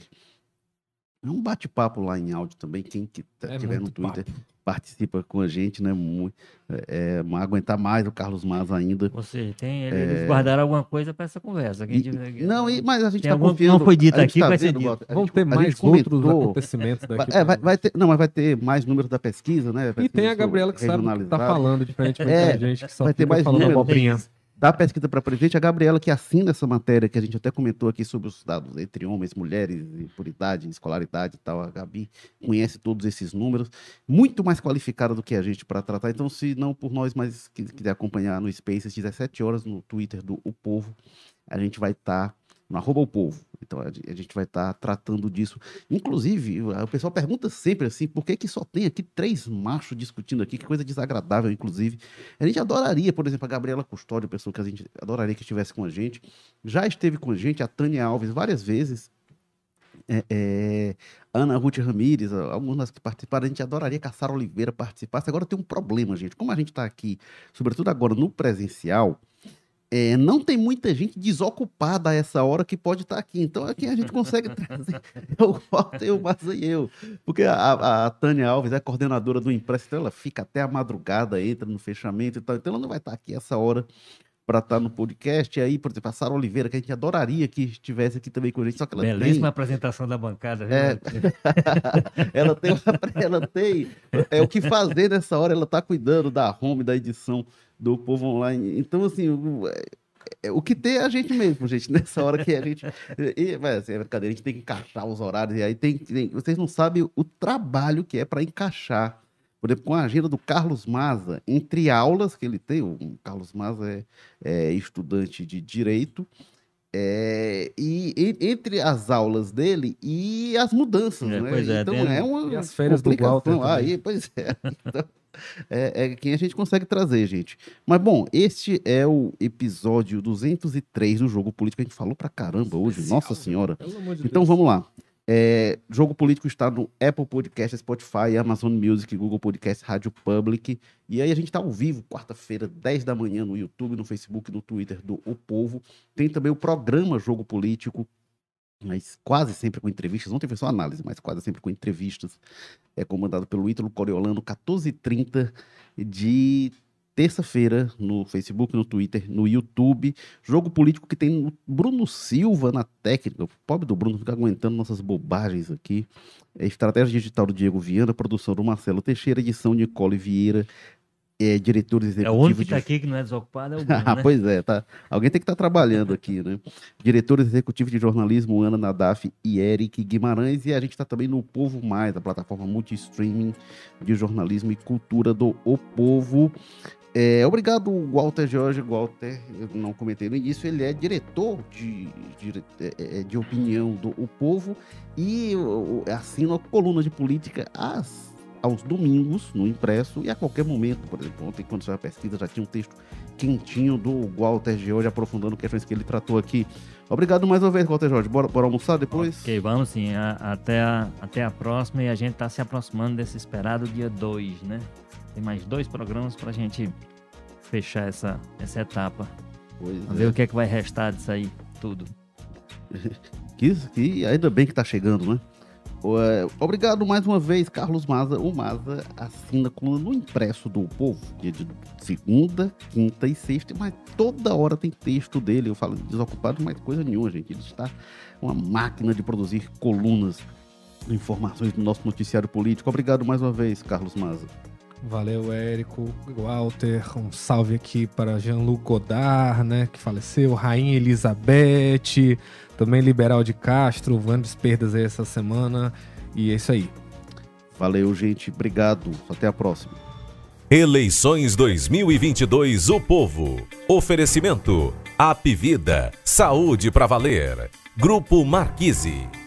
É um bate-papo lá em áudio também. Quem que É tiver no muito Twitter papo. participa com a gente, né? Muito, é, é, aguentar mais o Carlos Maza ainda. Ou seja, tem, eles guardaram alguma coisa para essa conversa. Quem É. E- tiver- não, e, mas a gente Tem está algum- confiando. não foi dito a gente aqui, tá vai ser vendo, dito. Walter, a Vão gente- ter a mais gente outros comentou- acontecimentos daqui. É, vai, pra- vai ter, não, mas vai ter mais números da pesquisa, né? E Pesquisa tem a Gabriela que sabe o que tá regionalizada. falando, diferentemente É, da gente que só vai ter fica mais falando números. abobrinha. Da pesquisa para presidente, a Gabriela que assina essa matéria, que a gente até comentou aqui sobre os dados entre homens, mulheres, e por idade, escolaridade e tal. A Gabi conhece todos esses números, muito mais qualificada do que a gente para tratar. Então, se não por nós, mas que quiser acompanhar no Space, às dezessete horas, no Twitter do O Povo, a gente vai estar no arroba o povo. Então, a a gente vai estar tratando disso. Inclusive, o pessoal pergunta sempre assim, por que que só tem aqui três machos discutindo aqui? Que coisa desagradável, inclusive. A gente adoraria, por exemplo, a Gabriela Custódio, pessoa que a gente adoraria que estivesse com a gente. Já esteve com a gente, a Tânia Alves, várias vezes. É, é, Ana Ruth Ramírez, algumas que participaram, a gente adoraria que a Sara Oliveira participasse. Agora tem um problema, gente. Como a gente está aqui, sobretudo agora no presencial, é, não tem muita gente desocupada a essa hora que pode estar aqui. Então aqui a gente consegue trazer eu, Walter, eu, Massa e eu. Porque a, a, a Tânia Alves é coordenadora do Impresso, então ela fica até a madrugada, entra no fechamento e tal. Então ela não vai estar aqui essa hora para estar no podcast. E aí, por exemplo, a Sara Oliveira, que a gente adoraria que estivesse aqui também com a gente, só que ela Belíssima tem... apresentação da bancada. Viu? É. ela tem, uma- ela tem é o que fazer nessa hora, ela tá cuidando da home, da edição do Povo Online. Então, assim, o, é- é- o que tem é a gente mesmo, gente, nessa hora que a gente. E, mas, assim, é brincadeira, a gente tem que encaixar os horários, e aí tem, tem- vocês não sabem o trabalho que é para encaixar. Por exemplo, com a agenda do Carlos Maza, entre aulas que ele tem, o Carlos Maza é, é estudante de Direito. É, e, e- entre as aulas dele e as mudanças, É, né? pois é, então tem- é uma E as férias do complicação. Walter também. Aí, pois é. Então, é, é quem a gente consegue trazer, gente. Mas, bom, este é o episódio duzentos e três do Jogo Político. A gente falou pra caramba hoje, Especial, nossa senhora. Pelo amor de Então Deus. vamos lá. É, Jogo Político está no Apple Podcast, Spotify, Amazon Music, Google Podcast, Rádio Public. E aí a gente está ao vivo, quarta-feira, dez da manhã, no YouTube, no Facebook, no Twitter do O Povo. Tem também o programa Jogo Político, mas quase sempre com entrevistas. Ontem foi só análise, mas quase sempre com entrevistas. É comandado pelo Ítalo Coriolano, quatorze e trinta de terça-feira, no Facebook, no Twitter, no YouTube. Jogo político que tem o Bruno Silva na técnica. O pobre do Bruno fica aguentando nossas bobagens aqui. É estratégia digital do Diego Viana, produção do Marcelo Teixeira, edição de Nicole Vieira, é, diretores executivos... É o único que de... está aqui que não é desocupado, é o Bruno, Ah, né? pois é, tá. Alguém tem que estar trabalhando aqui, né? Diretores executivos de jornalismo, Ana Nadaf e Eric Guimarães. E a gente está também no Povo Mais, a plataforma multi-streaming de jornalismo e cultura do O Povo. É, obrigado, Walter Jorge. Walter, eu não comentei no início, ele é diretor de, de, de, de opinião do O Povo e assina a coluna de política às aos domingos, no impresso, e a qualquer momento. Por exemplo, ontem, quando saiu a pesquisa, já tinha um texto quentinho do Walter Jorge, aprofundando questões que ele tratou aqui. Obrigado mais uma vez, Walter Jorge. Bora, bora almoçar depois? Ok, vamos sim. A, até, a, até a próxima, e a gente está se aproximando desse esperado dia dois, né? Tem mais dois programas para a gente fechar essa, essa etapa. Pois Vamos é. ver o que é que vai restar disso aí, tudo. Que, que ainda bem que tá chegando, né? Obrigado mais uma vez, Carlos Maza. O Maza assina a coluna no impresso do Povo, dia de segunda, quinta e sexta, mas toda hora tem texto dele. Eu falo desocupado, mas coisa nenhuma, gente. Ele está uma máquina de produzir colunas, informações do nosso noticiário político. Obrigado mais uma vez, Carlos Maza. Valeu, Érico, Walter, um salve aqui para Jean-Luc Godard, né, que faleceu, Rainha Elizabeth, também Liberal de Castro, grandes perdas aí essa semana, e é isso aí. Valeu, gente, obrigado, até a próxima. Eleições dois mil e vinte e dois, O Povo. Oferecimento, Apvida, saúde pra valer. Grupo Marquise.